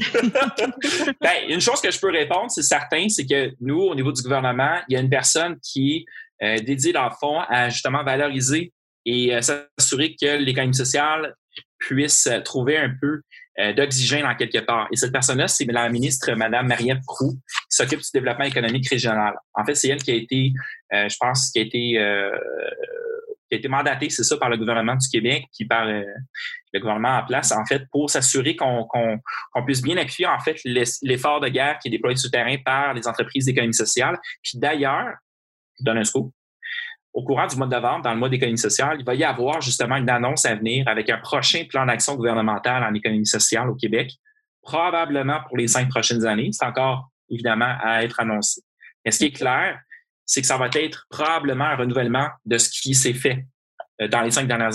une chose que je peux répondre, c'est certain, c'est que nous, au niveau du gouvernement, il y a une personne qui est euh, dédiée, dans le fond, à justement valoriser et euh, s'assurer que l'économie sociale puisse trouver un peu euh, d'oxygène en quelque part. Et cette personne-là, c'est la ministre, Mme Marie-Ève Proulx, qui s'occupe du développement économique régional. En fait, c'est elle qui a été, euh, je pense, qui a été, euh, qui a été mandatée, c'est ça, par le gouvernement du Québec, puis par euh, le gouvernement en place, en fait, pour s'assurer qu'on, qu'on, qu'on puisse bien appuyer, en fait, l'effort de guerre qui est déployé sur le terrain par les entreprises d'économie sociale. Puis d'ailleurs, je donne un scoop, au courant du mois de novembre, dans le mois d'économie sociale, il va y avoir justement une annonce à venir avec un prochain plan d'action gouvernemental en économie sociale au Québec, probablement pour les cinq prochaines années. C'est encore, évidemment, à être annoncé. Mais ce qui est clair, c'est que ça va être probablement un renouvellement de ce qui s'est fait dans les cinq dernières années.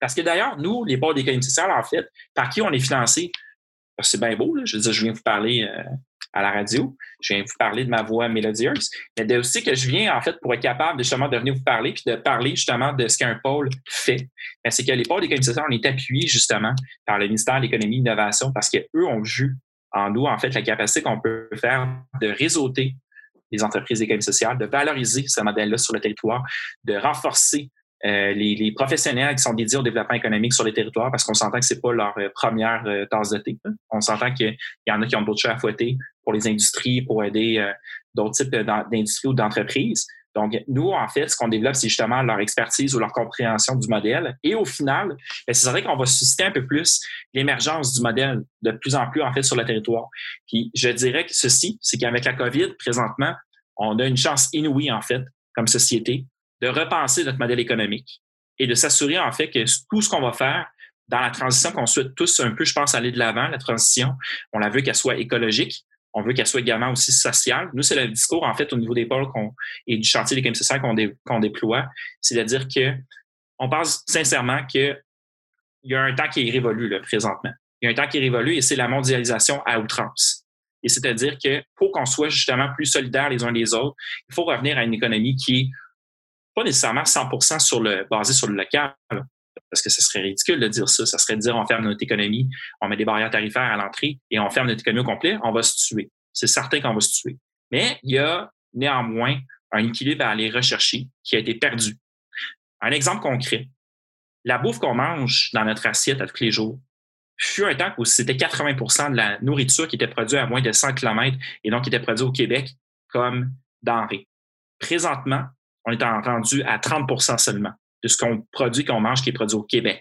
Parce que d'ailleurs, nous, les pôles d'économie sociale, en fait, par qui on est financé? C'est bien beau, là. Je veux dire, je viens vous parler euh, à la radio, je viens vous parler de ma voix mélodieuse, mais de aussi que je viens, en fait, pour être capable de, justement de venir vous parler puis de parler justement de ce qu'un pôle fait. Bien, c'est que les pôles d'économie sociale, on est appuyés justement par le ministère de l'Économie et de l'Innovation parce qu'eux ont vu en nous, en fait, la capacité qu'on peut faire de réseauter les entreprises d'économie sociale, de valoriser ce modèle-là sur le territoire, de renforcer Euh, les, les professionnels qui sont dédiés au développement économique sur les territoires parce qu'on s'entend que c'est pas leur euh, première euh, tasse de thé. Hein. On s'entend qu'il y en a qui ont d'autres choses à fouetter pour les industries, pour aider euh, d'autres types d'industries ou d'entreprises. Donc, nous, en fait, ce qu'on développe, c'est justement leur expertise ou leur compréhension du modèle. Et au final, bien, c'est vrai qu'on va susciter un peu plus l'émergence du modèle de plus en plus, en fait, sur le territoire. Puis, je dirais que ceci, c'est qu'avec la COVID, présentement, on a une chance inouïe, en fait, comme société, de repenser notre modèle économique et de s'assurer, en fait, que tout ce qu'on va faire dans la transition qu'on souhaite tous un peu, je pense, aller de l'avant, la transition, on la veut qu'elle soit écologique, on veut qu'elle soit également aussi sociale. Nous, c'est le discours, en fait, au niveau des pôles qu'on, et du chantier d'économie sociale qu'on, dé, qu'on déploie, c'est de dire que on pense sincèrement qu'il y a un temps qui est révolu, là, présentement. Il y a un temps qui est révolu et c'est la mondialisation à outrance. Et c'est-à-dire que pour qu'on soit justement plus solidaires les uns les autres, il faut revenir à une économie qui est pas nécessairement cent pour cent sur le, basé sur le local, parce que ce serait ridicule de dire ça. Ça serait de dire on ferme notre économie, on met des barrières tarifaires à l'entrée et on ferme notre économie au complet, on va se tuer. C'est certain qu'on va se tuer. Mais il y a néanmoins un équilibre à aller rechercher qui a été perdu. Un exemple concret. La bouffe qu'on mange dans notre assiette à tous les jours, fut un temps où c'était quatre-vingts pour cent de la nourriture qui était produite à moins de cent kilomètres et donc qui était produite au Québec comme denrée. Présentement, on est rendu à trente pour cent seulement de ce qu'on produit, qu'on mange, qui est produit au Québec.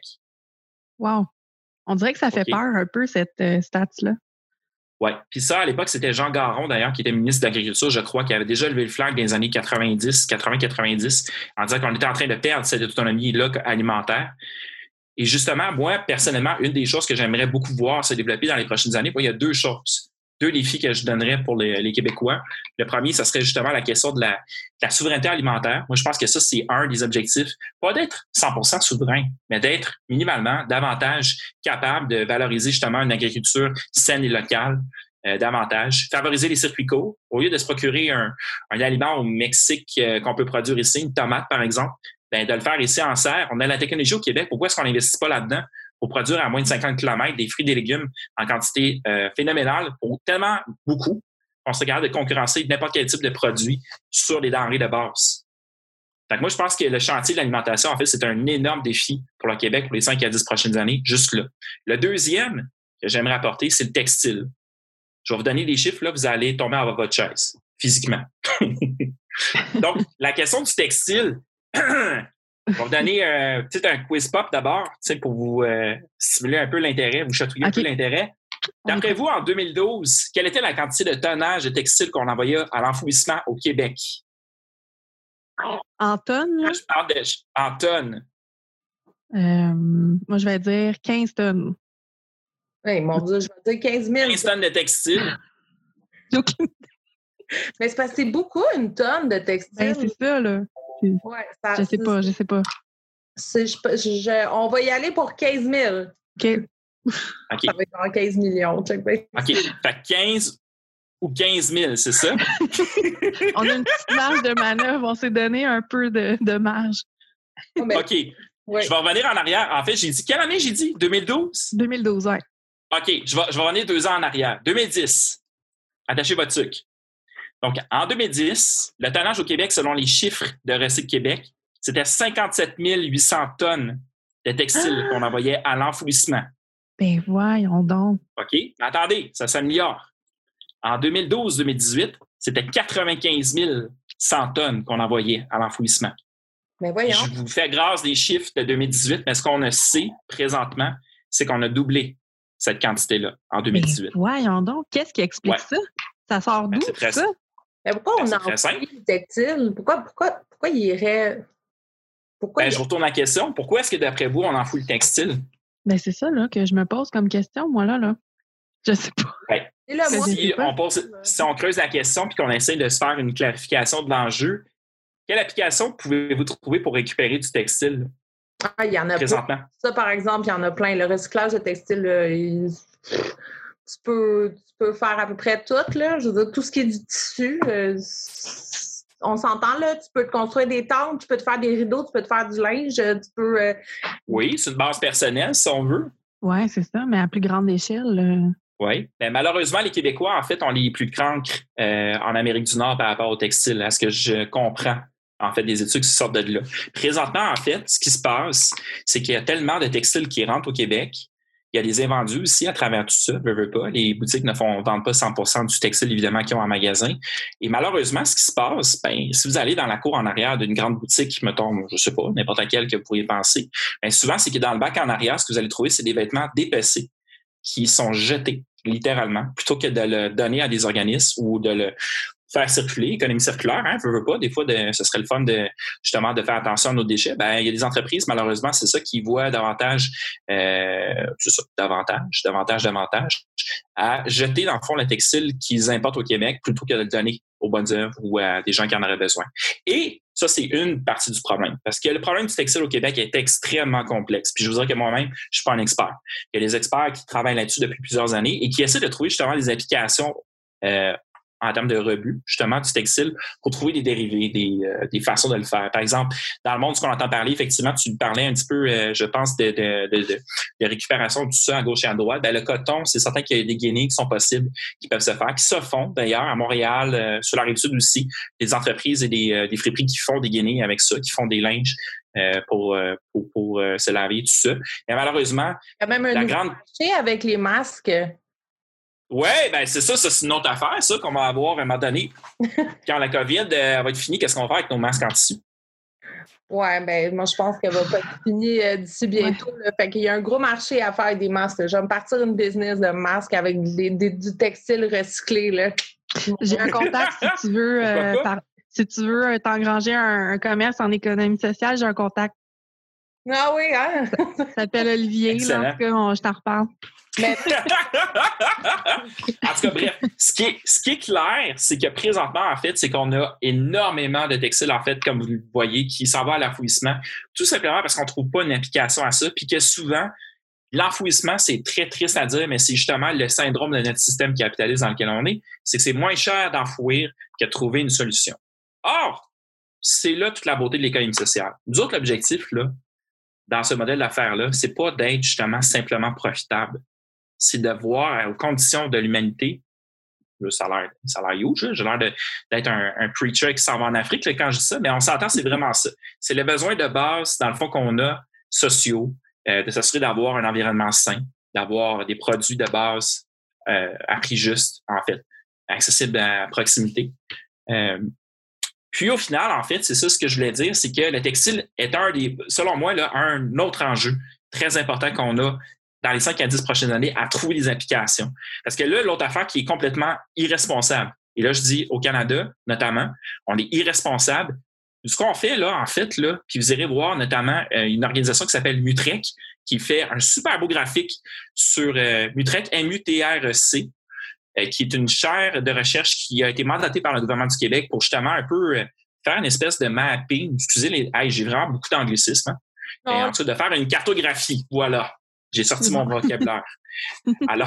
Wow! On dirait que ça fait okay. peur un peu, cette euh, stats-là. Oui. Puis ça, à l'époque, c'était Jean Garon, d'ailleurs, qui était ministre de l'Agriculture, je crois, qui avait déjà levé le flag dans les années quatre-vingt-dix, quatre-vingts quatre-vingt-dix, en disant qu'on était en train de perdre cette autonomie-là alimentaire. Et justement, moi, personnellement, une des choses que j'aimerais beaucoup voir se développer dans les prochaines années, moi, il y a deux choses. Deux défis que je donnerais pour les, les Québécois. Le premier, ça serait justement la question de la, de la souveraineté alimentaire. Moi, je pense que ça, c'est un des objectifs. Pas d'être cent pour cent souverain, mais d'être minimalement davantage capable de valoriser justement une agriculture saine et locale euh, davantage. Favoriser les circuits courts. Au lieu de se procurer un, un aliment au Mexique euh, qu'on peut produire ici, une tomate par exemple, ben, de le faire ici en serre. On a la technologie au Québec. Pourquoi est-ce qu'on n'investit pas là-dedans? Pour produire à moins de cinquante kilomètres des fruits et des légumes en quantité euh, phénoménale, pour tellement beaucoup, on serait capable de concurrencer n'importe quel type de produit sur les denrées de base. Donc moi, je pense que le chantier de l'alimentation, en fait, c'est un énorme défi pour le Québec pour les cinq à dix prochaines années, juste là. Le deuxième que j'aimerais apporter, c'est le textile. Je vais vous donner des chiffres, là, vous allez tomber en votre chaise, physiquement. Donc, la question du textile, je vais vous donner euh, un quiz pop d'abord, pour vous euh, stimuler un peu l'intérêt, vous chatouiller okay. un peu l'intérêt. D'après vous, en deux mille douze, quelle était la quantité de tonnage de textile qu'on envoyait à l'enfouissement au Québec? En tonnes? Là? Je parle de, en tonnes. Euh, moi, je vais dire quinze tonnes. Oui, mon Dieu, je vais dire quinze mille. quinze tonnes de textile. Mais c'est parce que c'est beaucoup une tonne de textile. Ben, c'est ça, là. Ouais, ça, je sais pas, je sais pas. C'est, je, je, on va y aller pour quinze mille. OK. okay. Ça va être en quinze millions. Check bien. OK. Fait quinze ou quinze mille, c'est ça? On a une petite marge de manœuvre. On s'est donné un peu de, de marge. Oh, mais... OK. Ouais. Je vais revenir en arrière. En fait, j'ai dit... Quelle année j'ai dit? deux mille douze? deux mille douze, oui. OK. Je vais, je vais revenir deux ans en arrière. deux mille dix. Attachez votre sucre. Donc, en deux mille dix, le tonnage au Québec, selon les chiffres de Recycle Québec, c'était cinquante-sept mille huit cents tonnes de textiles ah! qu'on envoyait à l'enfouissement. Ben voyons donc. OK. Attendez, ça s'améliore. En deux mille douze deux mille dix-huit, c'était quatre-vingt-quinze mille cent tonnes qu'on envoyait à l'enfouissement. Mais voyons. Je vous fais grâce des chiffres de deux mille dix-huit, mais ce qu'on sait présentement, c'est qu'on a doublé cette quantité-là en deux mille dix-huit. Mais voyons donc. Qu'est-ce qui explique ouais. ça? Ça sort d'où, ben, très, ça? Mais pourquoi ben, on enfuit le textile? Pourquoi, pourquoi, pourquoi il irait... Pourquoi ben, il... Je retourne à la question. Pourquoi est-ce que, d'après vous, on enfoue le textile? Ben, c'est ça là, que je me pose comme question, moi, là. là. Je sais pas. Ben, là, si, moi, on pose, si on creuse la question et qu'on essaie de se faire une clarification de l'enjeu, quelle application pouvez-vous trouver pour récupérer du textile? Ah, il y en a présentement. Plein. Ça, par exemple, il y en a plein. Le recyclage de textile, là, il... tu, peux, tu peux faire à peu près tout. Là. Je veux dire, tout ce qui est du tissu, euh, on s'entend, là. Tu peux te construire des tentes, tu peux te faire des rideaux, tu peux te faire du linge, tu peux... Euh... Oui, c'est une base personnelle, si on veut. Oui, c'est ça, mais à plus grande échelle. Euh... Oui. Ben, malheureusement, les Québécois, en fait, ont les plus cancres euh, en Amérique du Nord par rapport au textile, à ce que je comprends, en fait, des études qui sortent de là. Présentement, en fait, ce qui se passe, c'est qu'il y a tellement de textiles qui rentrent au Québec. Il y a des invendus aussi à travers tout ça, veux, veux pas. Les boutiques ne font, vendent pas cent pour cent du textile, évidemment, qu'ils ont en magasin. Et malheureusement, ce qui se passe, ben, si vous allez dans la cour en arrière d'une grande boutique, mettons, je sais pas, n'importe laquelle que vous pourriez penser, ben, souvent, c'est que dans le bac en arrière, ce que vous allez trouver, c'est des vêtements dépecés qui sont jetés, littéralement, plutôt que de le donner à des organismes ou de le faire circuler, économie circulaire, hein, veux, veux pas. Des fois, de, ce serait le fun de justement de faire attention à nos déchets. Ben, il y a des entreprises, malheureusement, c'est ça qui voient davantage, euh, c'est ça, davantage, davantage, davantage, à jeter dans le fond le textile qu'ils importent au Québec plutôt que de le donner aux bonnes œuvres ou à des gens qui en auraient besoin. Et ça, c'est une partie du problème. Parce que le problème du textile au Québec est extrêmement complexe. Puis je vous dirais que moi-même, je suis pas un expert. Il y a des experts qui travaillent là-dessus depuis plusieurs années et qui essaient de trouver justement des applications euh, en termes de rebut, justement, du textile pour trouver des dérivés, des, euh, des façons de le faire. Par exemple, dans le monde, ce qu'on entend parler, effectivement, tu parlais un petit peu, euh, je pense, de, de, de, de, de récupération de tout ça à gauche et à droite. Ben, le coton, c'est certain qu'il y a des gainés qui sont possibles, qui peuvent se faire, qui se font d'ailleurs à Montréal, euh, sur la Rive-Sud aussi, des entreprises et des, euh, des friperies qui font des gainés avec ça, qui font des linges euh, pour, euh, pour, pour euh, se laver, tout ça. Et malheureusement, il y a même un la grande... marché avec les masques. Oui, ben c'est ça, ça c'est une autre affaire, ça, qu'on va avoir à un moment donné. Quand la COVID euh, va être finie, qu'est-ce qu'on va faire avec nos masques en tissu? Oui, ben moi, je pense qu'elle va pas être finie euh, d'ici bientôt. Ouais. Là. Fait qu'il y a un gros marché à faire des masques. Là. Je vais me partir une business de masques avec des, des, du textile recyclé. Là. J'ai un contact si tu veux, euh, par, si tu veux t'engranger un, un commerce en économie sociale, j'ai un contact. Ah oui, hein? Ça s'appelle Olivier, là, en tout cas, on, je t'en reparle. Mais... en tout cas, bref, ce qui est, ce qui est clair, c'est que présentement, en fait, c'est qu'on a énormément de textiles, en fait, comme vous le voyez, qui s'en va à l'enfouissement, tout simplement parce qu'on ne trouve pas une application à ça, puis que souvent, l'enfouissement, c'est très triste à dire, mais c'est justement le syndrome de notre système capitaliste dans lequel on est, c'est que c'est moins cher d'enfouir que de trouver une solution. Or, c'est là toute la beauté de l'économie sociale. Nous autres, l'objectif, là, dans ce modèle d'affaires-là, c'est pas d'être justement simplement profitable. C'est de voir aux conditions de l'humanité. Ça a l'air, ça a l'air huge, j'ai l'air de, d'être un, un preacher qui s'en va en Afrique là, quand je dis ça, mais on s'entend, c'est vraiment ça. C'est le besoin de base, dans le fond, qu'on a, sociaux, euh, de s'assurer d'avoir un environnement sain, d'avoir des produits de base euh, à prix juste, en fait, accessibles à proximité. Euh, Puis au final, en fait, c'est ça ce que je voulais dire, c'est que le textile est un des, selon moi, là, un autre enjeu très important qu'on a dans les cinq à dix prochaines années à trouver des applications. Parce que là, l'autre affaire qui est complètement irresponsable, et là, je dis au Canada, notamment, on est irresponsable. Ce qu'on fait, là, en fait, là, puis vous irez voir notamment euh, une organisation qui s'appelle Mutrec, qui fait un super beau graphique sur euh, Mutrec, M U T R E C, euh, qui est une chaire de recherche qui a été mandatée par le gouvernement du Québec pour justement un peu euh, faire une espèce de mapping. Excusez les. Hey, j'ai vraiment beaucoup d'anglicisme. Hein? Oh. Et en tout cas, de faire une cartographie. Voilà. J'ai sorti mon vocabulaire. Alors,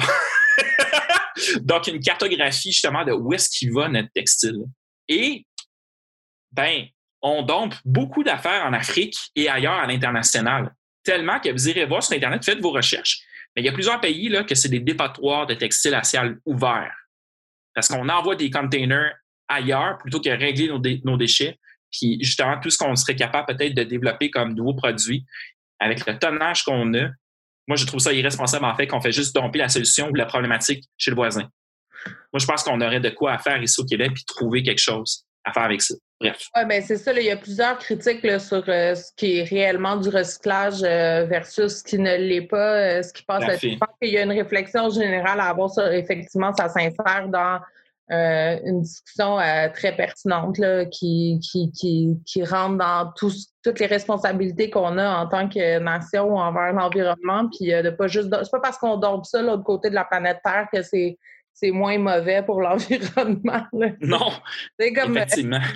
donc, une cartographie justement de où est-ce qu'il va notre textile. Et, ben, on dompe beaucoup d'affaires en Afrique et ailleurs à l'international. Tellement que vous irez voir sur Internet, faites vos recherches. Mais il y a plusieurs pays là, que c'est des dépotoirs de textiles à ciel ouvert. Parce qu'on envoie des containers ailleurs plutôt que régler nos, dé- nos déchets. Puis justement, tout ce qu'on serait capable peut-être de développer comme nouveaux produits avec le tonnage qu'on a, moi, je trouve ça irresponsable, en fait, qu'on fait juste domper la solution ou la problématique chez le voisin. Moi, je pense qu'on aurait de quoi à faire ici au Québec puis trouver quelque chose à faire avec ça. Bref. Oui, bien, c'est ça. Là, il y a plusieurs critiques là, sur euh, ce qui est réellement du recyclage euh, versus ce qui ne l'est pas, euh, ce qui passe à Je pense qu'il y a une réflexion générale à avoir sur, effectivement, ça s'insère dans euh, une discussion euh, très pertinente là, qui, qui, qui, qui rentre dans tout, toutes les responsabilités qu'on a en tant que nation envers l'environnement. Puis euh, de pas juste. C'est pas parce qu'on dompe ça de l'autre côté de la planète Terre que c'est. c'est moins mauvais pour l'environnement. Là. Non, c'est comme, effectivement.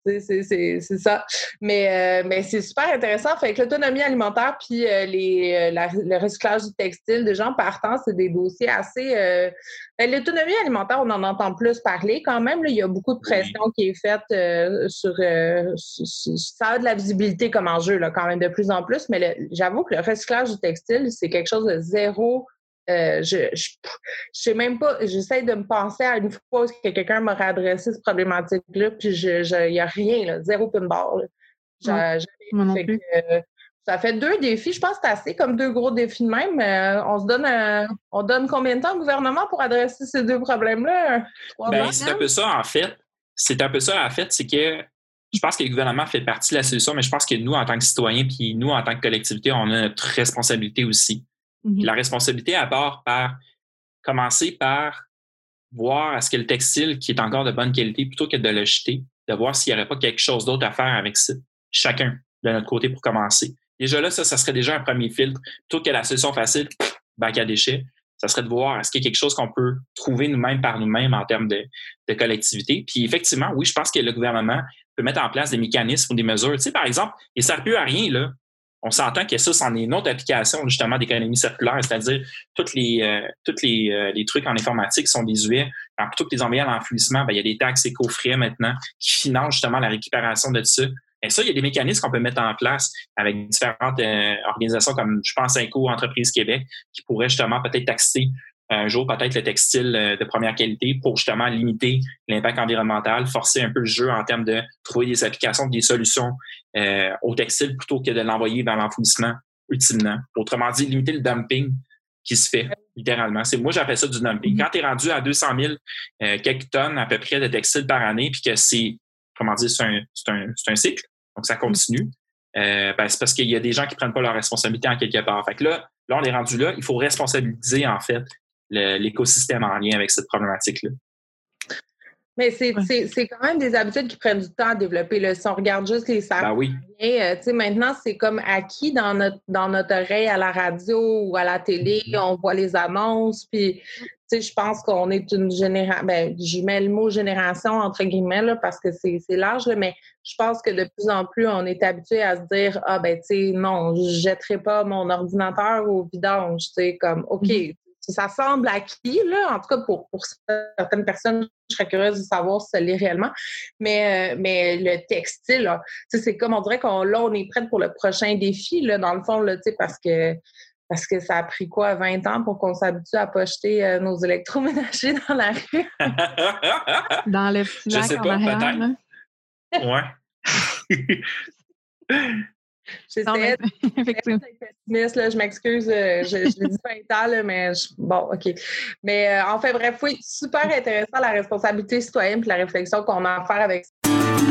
C'est, c'est, c'est, c'est ça. Mais, euh, mais c'est super intéressant. Fait que l'autonomie alimentaire puis euh, les, euh, la, le recyclage du textile, des gens partants, c'est des dossiers assez... Euh... Ben, l'autonomie alimentaire, on en entend plus parler quand même. Là. Il y a beaucoup de pression oui. qui est faite euh, sur, euh, sur, sur... Ça a de la visibilité comme enjeu là, quand même de plus en plus. Mais le, j'avoue que le recyclage du textile, c'est quelque chose de zéro... Euh, je, je, je sais même pas, j'essaie de me penser à une fois que quelqu'un m'aurait adressé cette problématique-là, puis je, je, y a rien, là, zéro pin bar. Là. J'ai, ouais, fait que, euh, ça fait deux défis, je pense que c'est assez comme deux gros défis de même. Euh, on se donne euh, on donne combien de temps au gouvernement pour adresser ces deux problèmes-là? Ben, c'est un peu ça, en fait. C'est un peu ça, en fait, c'est que je pense que le gouvernement fait partie de la solution, mais je pense que nous, en tant que citoyens, puis nous, en tant que collectivité, on a notre responsabilité aussi. Mm-hmm. La responsabilité à part par commencer par voir est-ce que le textile qui est encore de bonne qualité, plutôt que de le jeter, de voir s'il n'y aurait pas quelque chose d'autre à faire avec ça, chacun de notre côté pour commencer. Déjà là, ça, ça serait déjà un premier filtre. Plutôt que la solution facile, bac à déchets, ça serait de voir est-ce qu'il y a quelque chose qu'on peut trouver nous-mêmes par nous-mêmes en termes de, de collectivité. Puis effectivement, oui, je pense que le gouvernement peut mettre en place des mécanismes ou des mesures. Tu sais, par exemple, il ne sert plus à rien, là. On s'entend que ça, c'en est une autre application justement d'économie circulaire, c'est-à-dire tous les, euh, toutes les, euh, les trucs en informatique sont désuets. Alors, plutôt que les envoyer à l'enfouissement, ben, il y a des taxes éco-frais maintenant qui financent justement la récupération de ça. Et ça, il y a des mécanismes qu'on peut mettre en place avec différentes euh, organisations comme, je pense, Inco, Entreprise Québec, qui pourraient justement peut-être taxer un jour peut-être le textile de première qualité pour justement limiter l'impact environnemental, forcer un peu le jeu en termes de trouver des applications, des solutions euh, au textile plutôt que de l'envoyer vers l'enfouissement ultimement. Autrement dit, limiter le dumping qui se fait littéralement. C'est, moi, j'appelle ça du dumping. Quand tu es rendu à deux cent mille euh, quelques tonnes à peu près de textile par année, puis que c'est, comment dire, c'est un, c'est un, c'est un cycle, donc ça continue, euh, ben, c'est parce qu'il y a des gens qui prennent pas leur responsabilité en quelque part. Fait que là, là, on est rendu là, il faut responsabiliser en fait Le, l'écosystème en lien avec cette problématique-là. Mais c'est, c'est, c'est quand même des habitudes qui prennent du temps à développer. Là. Si on regarde juste les salariés, ben oui. euh, maintenant, c'est comme acquis dans notre, dans notre oreille à la radio ou à la télé. Mm-hmm. On voit les annonces. Puis, je pense qu'on est une génération... Ben, je mets le mot génération entre guillemets là, parce que c'est, c'est large, là, mais je pense que de plus en plus, on est habitué à se dire « Ah, ben, tu sais, non, je ne jetterai pas mon ordinateur au vidange. » Tu sais, comme « OK. Mm-hmm. » Ça semble acquis, là, en tout cas pour, pour certaines personnes, je serais curieuse de savoir si ça l'est réellement. Mais, euh, mais le textile, là, c'est comme on dirait qu'on là, on est prête pour le prochain défi, là, dans le fond, là, parce que parce que ça a pris quoi, vingt ans pour qu'on s'habitue à pas jeter euh, nos électroménagers dans la rue? Dans le petit lac je sais en pas, arrière, peut-être. Ouais. J'essayais d'être pessimiste, là, je m'excuse, je, je l'ai dit vingt ans, là, mais je, bon, OK. Mais euh, enfin, bref, oui, super intéressant la responsabilité citoyenne et la réflexion qu'on a à faire avec ça.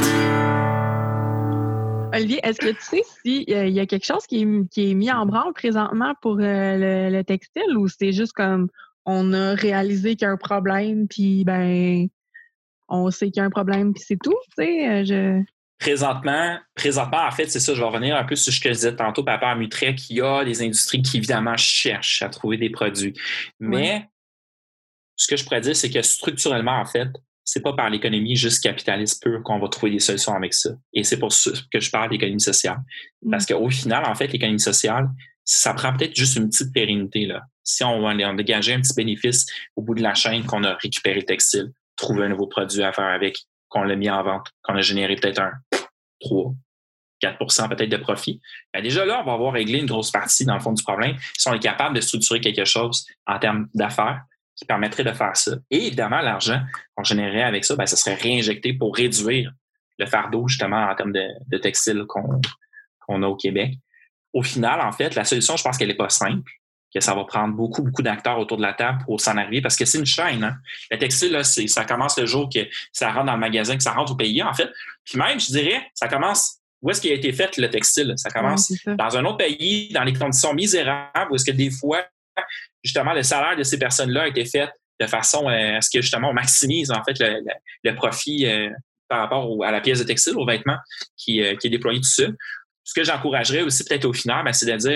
Olivier, est-ce que tu sais s'il euh, y a quelque chose qui est, qui est mis en branle présentement pour euh, le, le textile ou c'est juste comme on a réalisé qu'il y a un problème puis ben on sait qu'il y a un problème puis c'est tout, tu sais, je... Présentement, présentement, en fait, c'est ça, je vais revenir un peu sur ce que je disais tantôt par rapport à Mutrec, qu'il y a des industries qui, évidemment, cherchent à trouver des produits. Mais ouais. Ce que je pourrais dire, c'est que structurellement, en fait, c'est pas par l'économie juste capitaliste pure qu'on va trouver des solutions avec ça. Et c'est pour ça que je parle d'économie sociale. Mmh. Parce qu'au final, en fait, l'économie sociale, ça prend peut-être juste une petite pérennité, là. Si on va dégager un petit bénéfice au bout de la chaîne qu'on a récupéré le textile, trouver un nouveau produit à faire avec, qu'on l'a mis en vente, qu'on a généré peut-être un trois, quatre pour cent peut-être de profit. Bien, déjà là, on va avoir réglé une grosse partie dans le fond du problème. Si on est capable de structurer quelque chose en termes d'affaires qui permettrait de faire ça. Et évidemment, l'argent qu'on générerait avec ça, bien, ça serait réinjecté pour réduire le fardeau justement en termes de, de textile qu'on, qu'on a au Québec. Au final, en fait, la solution, je pense qu'elle n'est pas simple, que ça va prendre beaucoup, beaucoup d'acteurs autour de la table pour s'en arriver, parce que c'est une chaîne. Hein? Le textile, là, c'est, ça commence le jour que ça rentre dans le magasin, que ça rentre au pays, en fait. Puis même, je dirais, ça commence où est-ce qu'il a été fait le textile? Ça commence oui, dans un autre pays, dans les conditions misérables, où est-ce que des fois, justement, le salaire de ces personnes-là a été fait de façon à ce que, justement, on maximise, en fait, le, le, le profit euh, par rapport au, à la pièce de textile, au vêtement qui, euh, qui est déployé tout ça. Ce que j'encouragerais aussi, peut-être au final, ben, c'est de dire,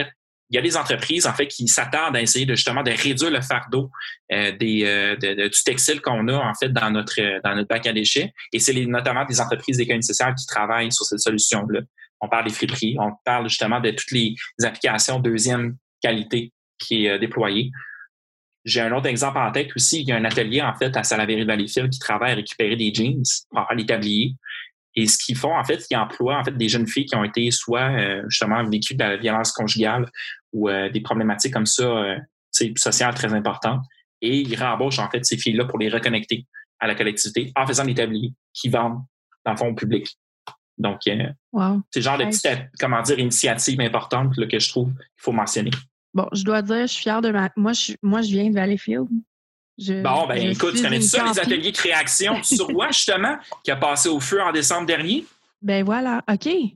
il y a des entreprises, en fait, qui s'attardent à essayer de justement de réduire le fardeau euh, des, euh, de, de, du textile qu'on a, en fait, dans notre, dans notre bac à déchets. Et c'est les, notamment des entreprises d'économie sociale qui travaillent sur cette solution-là. On parle des friperies, on parle justement de toutes les applications deuxième qualité qui est euh, déployée. J'ai un autre exemple en tête aussi. Il y a un atelier, en fait, à Salaberry-de-Valleyfield qui travaille à récupérer des jeans pour faire les tabliers. Et ce qu'ils font, en fait, ils emploient en fait des jeunes filles qui ont été soit euh, justement vécues de la violence conjugale ou euh, des problématiques comme ça, euh, sociales très importantes. Et ils rembauchent en fait ces filles-là pour les reconnecter à la collectivité en faisant des tabliers qu'ils vendent dans le fond au public. Donc, euh, wow. c'est le genre de petite, comment dire, initiative importante là, que je trouve qu'il faut mentionner. Bon, je dois dire, je suis fière de ma... Moi, je, moi, je viens de Valleyfield. Je, bon, ben écoute, tu connais ça, les ateliers création du Surroi, justement, qui a passé au feu en décembre dernier? Ben voilà, OK. Je,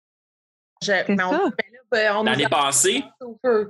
c'est mais on, ça. Ben là, on L'année passée, au feu.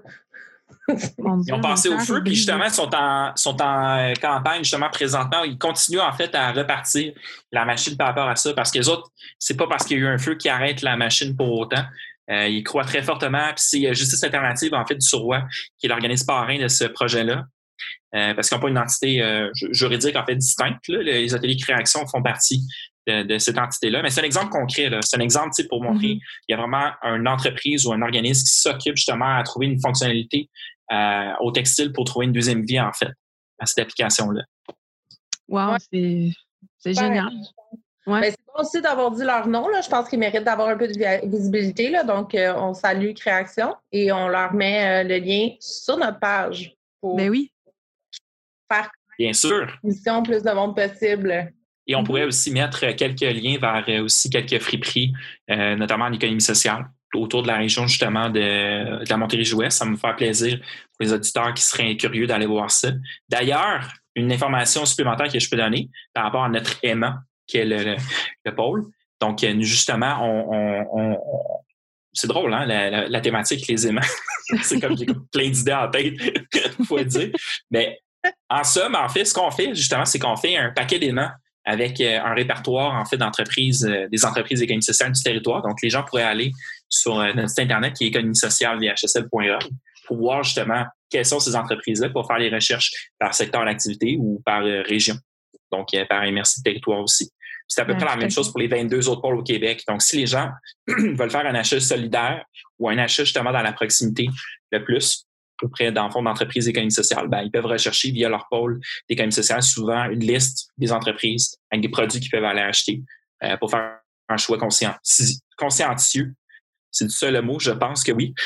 Ils ont passé au feu, puis justement, ils sont en, sont en campagne, justement, présentement. Ils continuent, en fait, à repartir la machine par rapport à ça, parce que les autres, c'est pas parce qu'il y a eu un feu qu'ils arrêtent la machine pour autant. Euh, ils croient très fortement, puis c'est Justice Alternative, en fait, du Surroi, qui est l'organisme parrain de ce projet-là. Euh, parce qu'ils n'ont pas une entité euh, juridique en fait distincte. Là. Les ateliers création font partie de, de cette entité-là. Mais c'est un exemple concret. Là. C'est un exemple pour montrer mm-hmm. qu'il y a vraiment une entreprise ou un organisme qui s'occupe justement à trouver une fonctionnalité euh, au textile pour trouver une deuxième vie en fait à cette application-là. Wow, ouais. c'est, c'est génial. Ouais. Ben, c'est bon aussi d'avoir dit leur nom. Là. Je pense qu'ils méritent d'avoir un peu de visibilité. Là. Donc, euh, on salue Création et on leur met euh, le lien sur notre page. Pour... Ben oui. Faire bien sûr. Mission plus de monde possible. Et on mm-hmm. pourrait aussi mettre quelques liens vers aussi quelques friperies, euh, notamment en économie sociale, autour de la région justement de, de la Montérégie-Ouest. Ça me fait plaisir pour les auditeurs qui seraient curieux d'aller voir ça. D'ailleurs, une information supplémentaire que je peux donner par rapport à notre aimant, qui est le, le, le pôle. Donc, nous, justement, on, on, on, on c'est drôle, hein, la, la, la thématique, les aimants. C'est comme j'ai plein d'idées en tête, il faut le dire. Mais en somme, en fait, ce qu'on fait, justement, c'est qu'on fait un paquet d'aimants avec euh, un répertoire, en fait, d'entreprises, euh, des entreprises d'économie sociale du territoire. Donc, les gens pourraient aller sur euh, notre site Internet qui est économie sociale v h s l point org pour voir, justement, quelles sont ces entreprises-là pour faire les recherches par secteur d'activité ou par euh, région. Donc, euh, par immersion de territoire aussi. Puis c'est à peu ouais, près la même chose pour les vingt-deux autres pôles au Québec. Donc, si les gens veulent faire un achat solidaire ou un achat, justement, dans la proximité le plus, auprès d'un fonds d'entreprise d'économie sociale, ben, ils peuvent rechercher via leur pôle d'économie sociale souvent une liste des entreprises avec des produits qu'ils peuvent aller acheter euh, pour faire un choix conscient, consciencieux. C'est ça le mot, je pense que oui.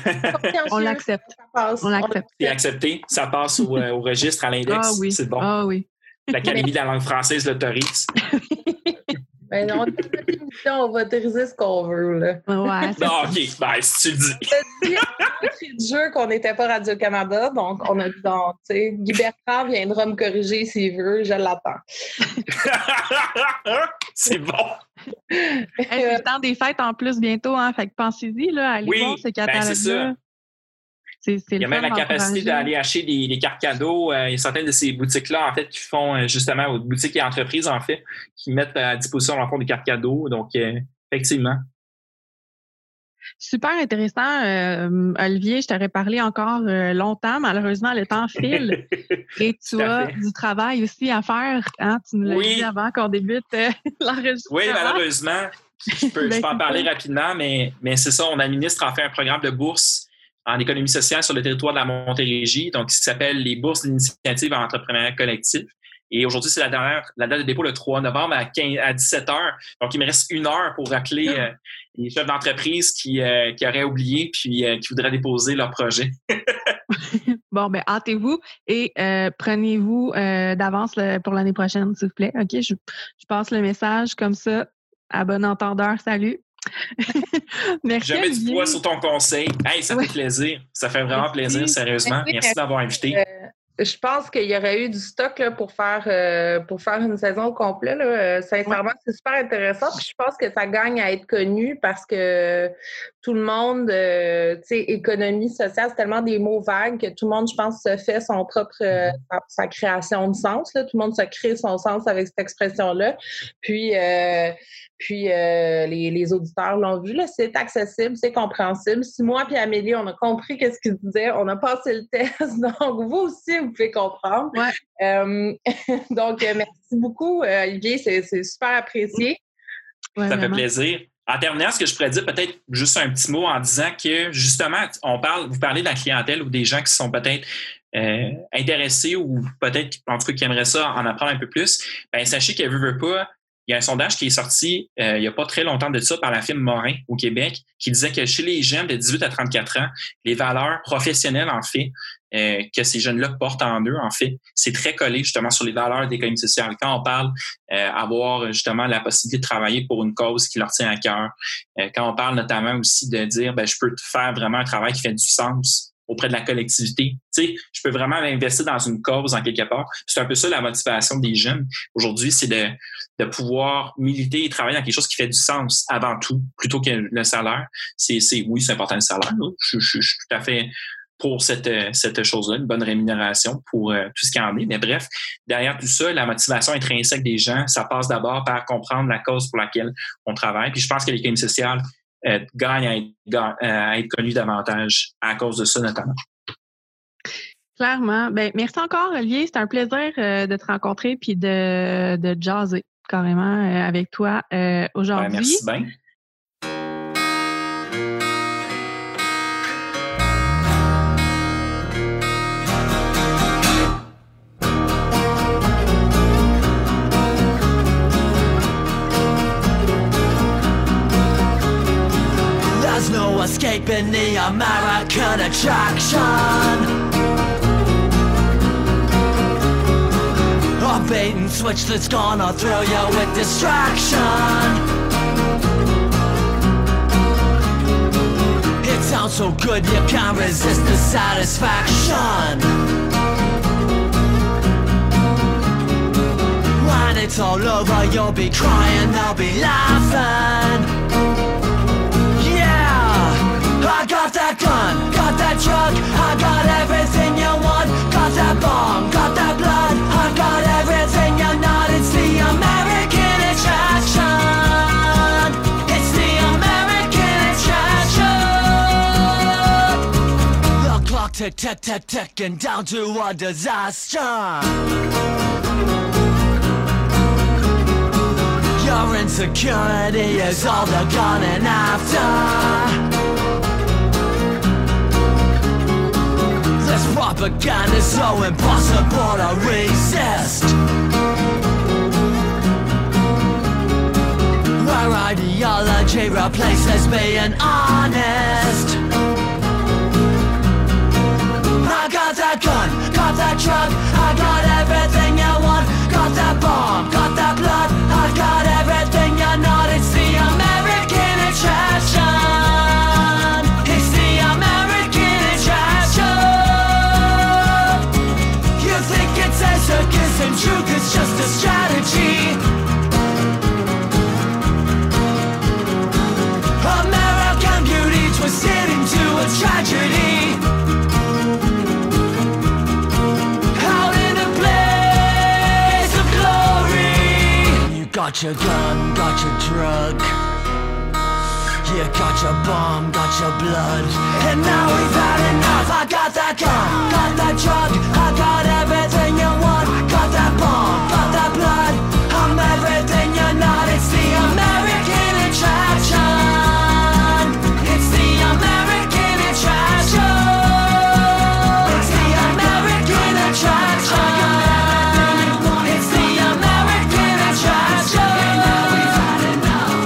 On l'accepte. On l'accepte. C'est accepté. Ça passe au, au registre à l'index. Ah oui. C'est bon. Ah oui. L'Académie de la langue française l'autorise. Ben non, on va autoriser ce qu'on veut. Là. Ouais, non, OK. Ben, si tu le dis. Il y a un de jeu qu'on n'était pas Radio-Canada, donc on a dit, donc, tu sais, Guy Bertrand viendra me corriger s'il veut, je l'attends. C'est bon. Hey, c'est le temps des fêtes en plus bientôt, hein? Fait que pensez-y, là, allez oui, voir ce catalogue-là. Ben, c'est ça. C'est, c'est il y a même la capacité d'aller acheter des, des cartes cadeaux. Euh, il y a certaines de ces boutiques-là, en fait, qui font euh, justement, aux boutiques et entreprises, en fait, qui mettent à disposition, dans le fond, des cartes cadeaux. Donc, euh, effectivement. Super intéressant. Euh, Olivier, je t'aurais parlé encore euh, longtemps. Malheureusement, le temps file. Et tu as du travail aussi à faire. Hein? Tu nous l'as oui. dit avant qu'on débute euh, l'enregistrement. Oui, malheureusement. Je peux, je peux en parler rapidement, mais, mais c'est ça. On administre en fait un programme de bourse en économie sociale sur le territoire de la Montérégie, donc qui s'appelle les bourses d'initiative à entrepreneuriat collectif. Et aujourd'hui, c'est la dernière, la date de dépôt le trois novembre à, quinze, à dix-sept heures. Donc, il me reste une heure pour rappeler euh, les chefs d'entreprise qui, euh, qui auraient oublié puis euh, qui voudraient déposer leur projet. Bon, ben hâtez-vous et euh, prenez-vous euh, d'avance le, pour l'année prochaine, s'il vous plaît. OK, je, je passe le message comme ça. À bon entendeur, salut. Merci. Je mets du poids sur ton conseil. Hey, ça oui. fait plaisir. Ça fait vraiment merci. plaisir, sérieusement. Merci, merci d'avoir invité. Euh, je pense qu'il y aurait eu du stock là, pour faire euh, pour faire une saison complète. Là. Euh, sincèrement, ouais. C'est super intéressant. Puis je pense que ça gagne à être connu parce que tout le monde, euh, tu sais, économie sociale, c'est tellement des mots vagues que tout le monde, je pense, se fait son propre euh, sa création de sens. Là. Tout le monde se crée son sens avec cette expression-là. Puis euh, Puis euh, les, les auditeurs l'ont vu, là, c'est accessible, c'est compréhensible. Si moi et Amélie, on a compris qu'est-ce qu'ils disaient, on a passé le test, donc vous aussi, vous pouvez comprendre. Ouais. Euh, donc, euh, merci beaucoup, euh, Olivier, c'est, c'est super apprécié. Ouais, ça vraiment. Fait plaisir. En terminant, ce que je pourrais dire, peut-être juste un petit mot en disant que, justement, on parle, vous parlez de la clientèle ou des gens qui sont peut-être euh, intéressés ou peut-être, en tout cas, qui aimeraient ça en apprendre un peu plus. Bien, sachez que veut, veut pas, il y a un sondage qui est sorti euh, il n'y a pas très longtemps de ça par la firme Morin au Québec qui disait que chez les jeunes de dix-huit à trente-quatre ans, les valeurs professionnelles, en fait, euh, que ces jeunes-là portent en eux, en fait, c'est très collé justement sur les valeurs d'économie sociale. Quand on parle euh, avoir justement la possibilité de travailler pour une cause qui leur tient à cœur, euh, quand on parle notamment aussi de dire ben je peux faire vraiment un travail qui fait du sens auprès de la collectivité. Tu sais, je peux vraiment investir dans une cause en quelque part. C'est un peu ça la motivation des jeunes. Aujourd'hui, c'est de, de pouvoir militer et travailler dans quelque chose qui fait du sens avant tout, plutôt que le salaire. C'est, c'est oui, c'est important le salaire. Je, je, je suis tout à fait pour cette, cette chose-là, une bonne rémunération pour euh, tout ce qu'il y en est. Mais bref, derrière tout ça, la motivation intrinsèque des gens, ça passe d'abord par comprendre la cause pour laquelle on travaille. Puis je pense que l'économie sociale Euh, gagne à être, à être connu davantage à cause de ça, notamment. Clairement. Ben, merci encore, Olivier. C'est un plaisir euh, de te rencontrer puis de, de jaser carrément euh, avec toi euh, aujourd'hui. Ben, merci bien. No escaping the American attraction. A bait and switch that's gonna thrill you with distraction. It sounds so good you can't resist the satisfaction. When it's all over you'll be crying, they'll be laughing. I got that gun, got that drug, I got everything you want. Got that bomb, got that blood, I got everything you're not. It's the American attraction. It's the American attraction. The clock tick, tick, tick, ticking down to a disaster. Your insecurity is all they're gunning after. This propaganda is so impossible to resist. Our ideology replaces being honest. I got that gun, got that drug, I got everything you want. Got that bomb, got that blood, I got everything you're not. It's the American attraction. It's the American attraction. You think it's a circus and truth is just a strategy. American beauty twisted into a tragedy. Got your gun, got your drug. Yeah, got your bomb, got your blood. And now we've had enough. I got that gun, got that drug, I got everything you want. Got that bomb, got that blood, I'm everything you're not. It's the American attraction. It's the American attraction. It's the American attraction. It's the American attraction. And now we've had enough.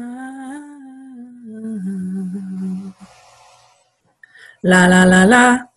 La la la la.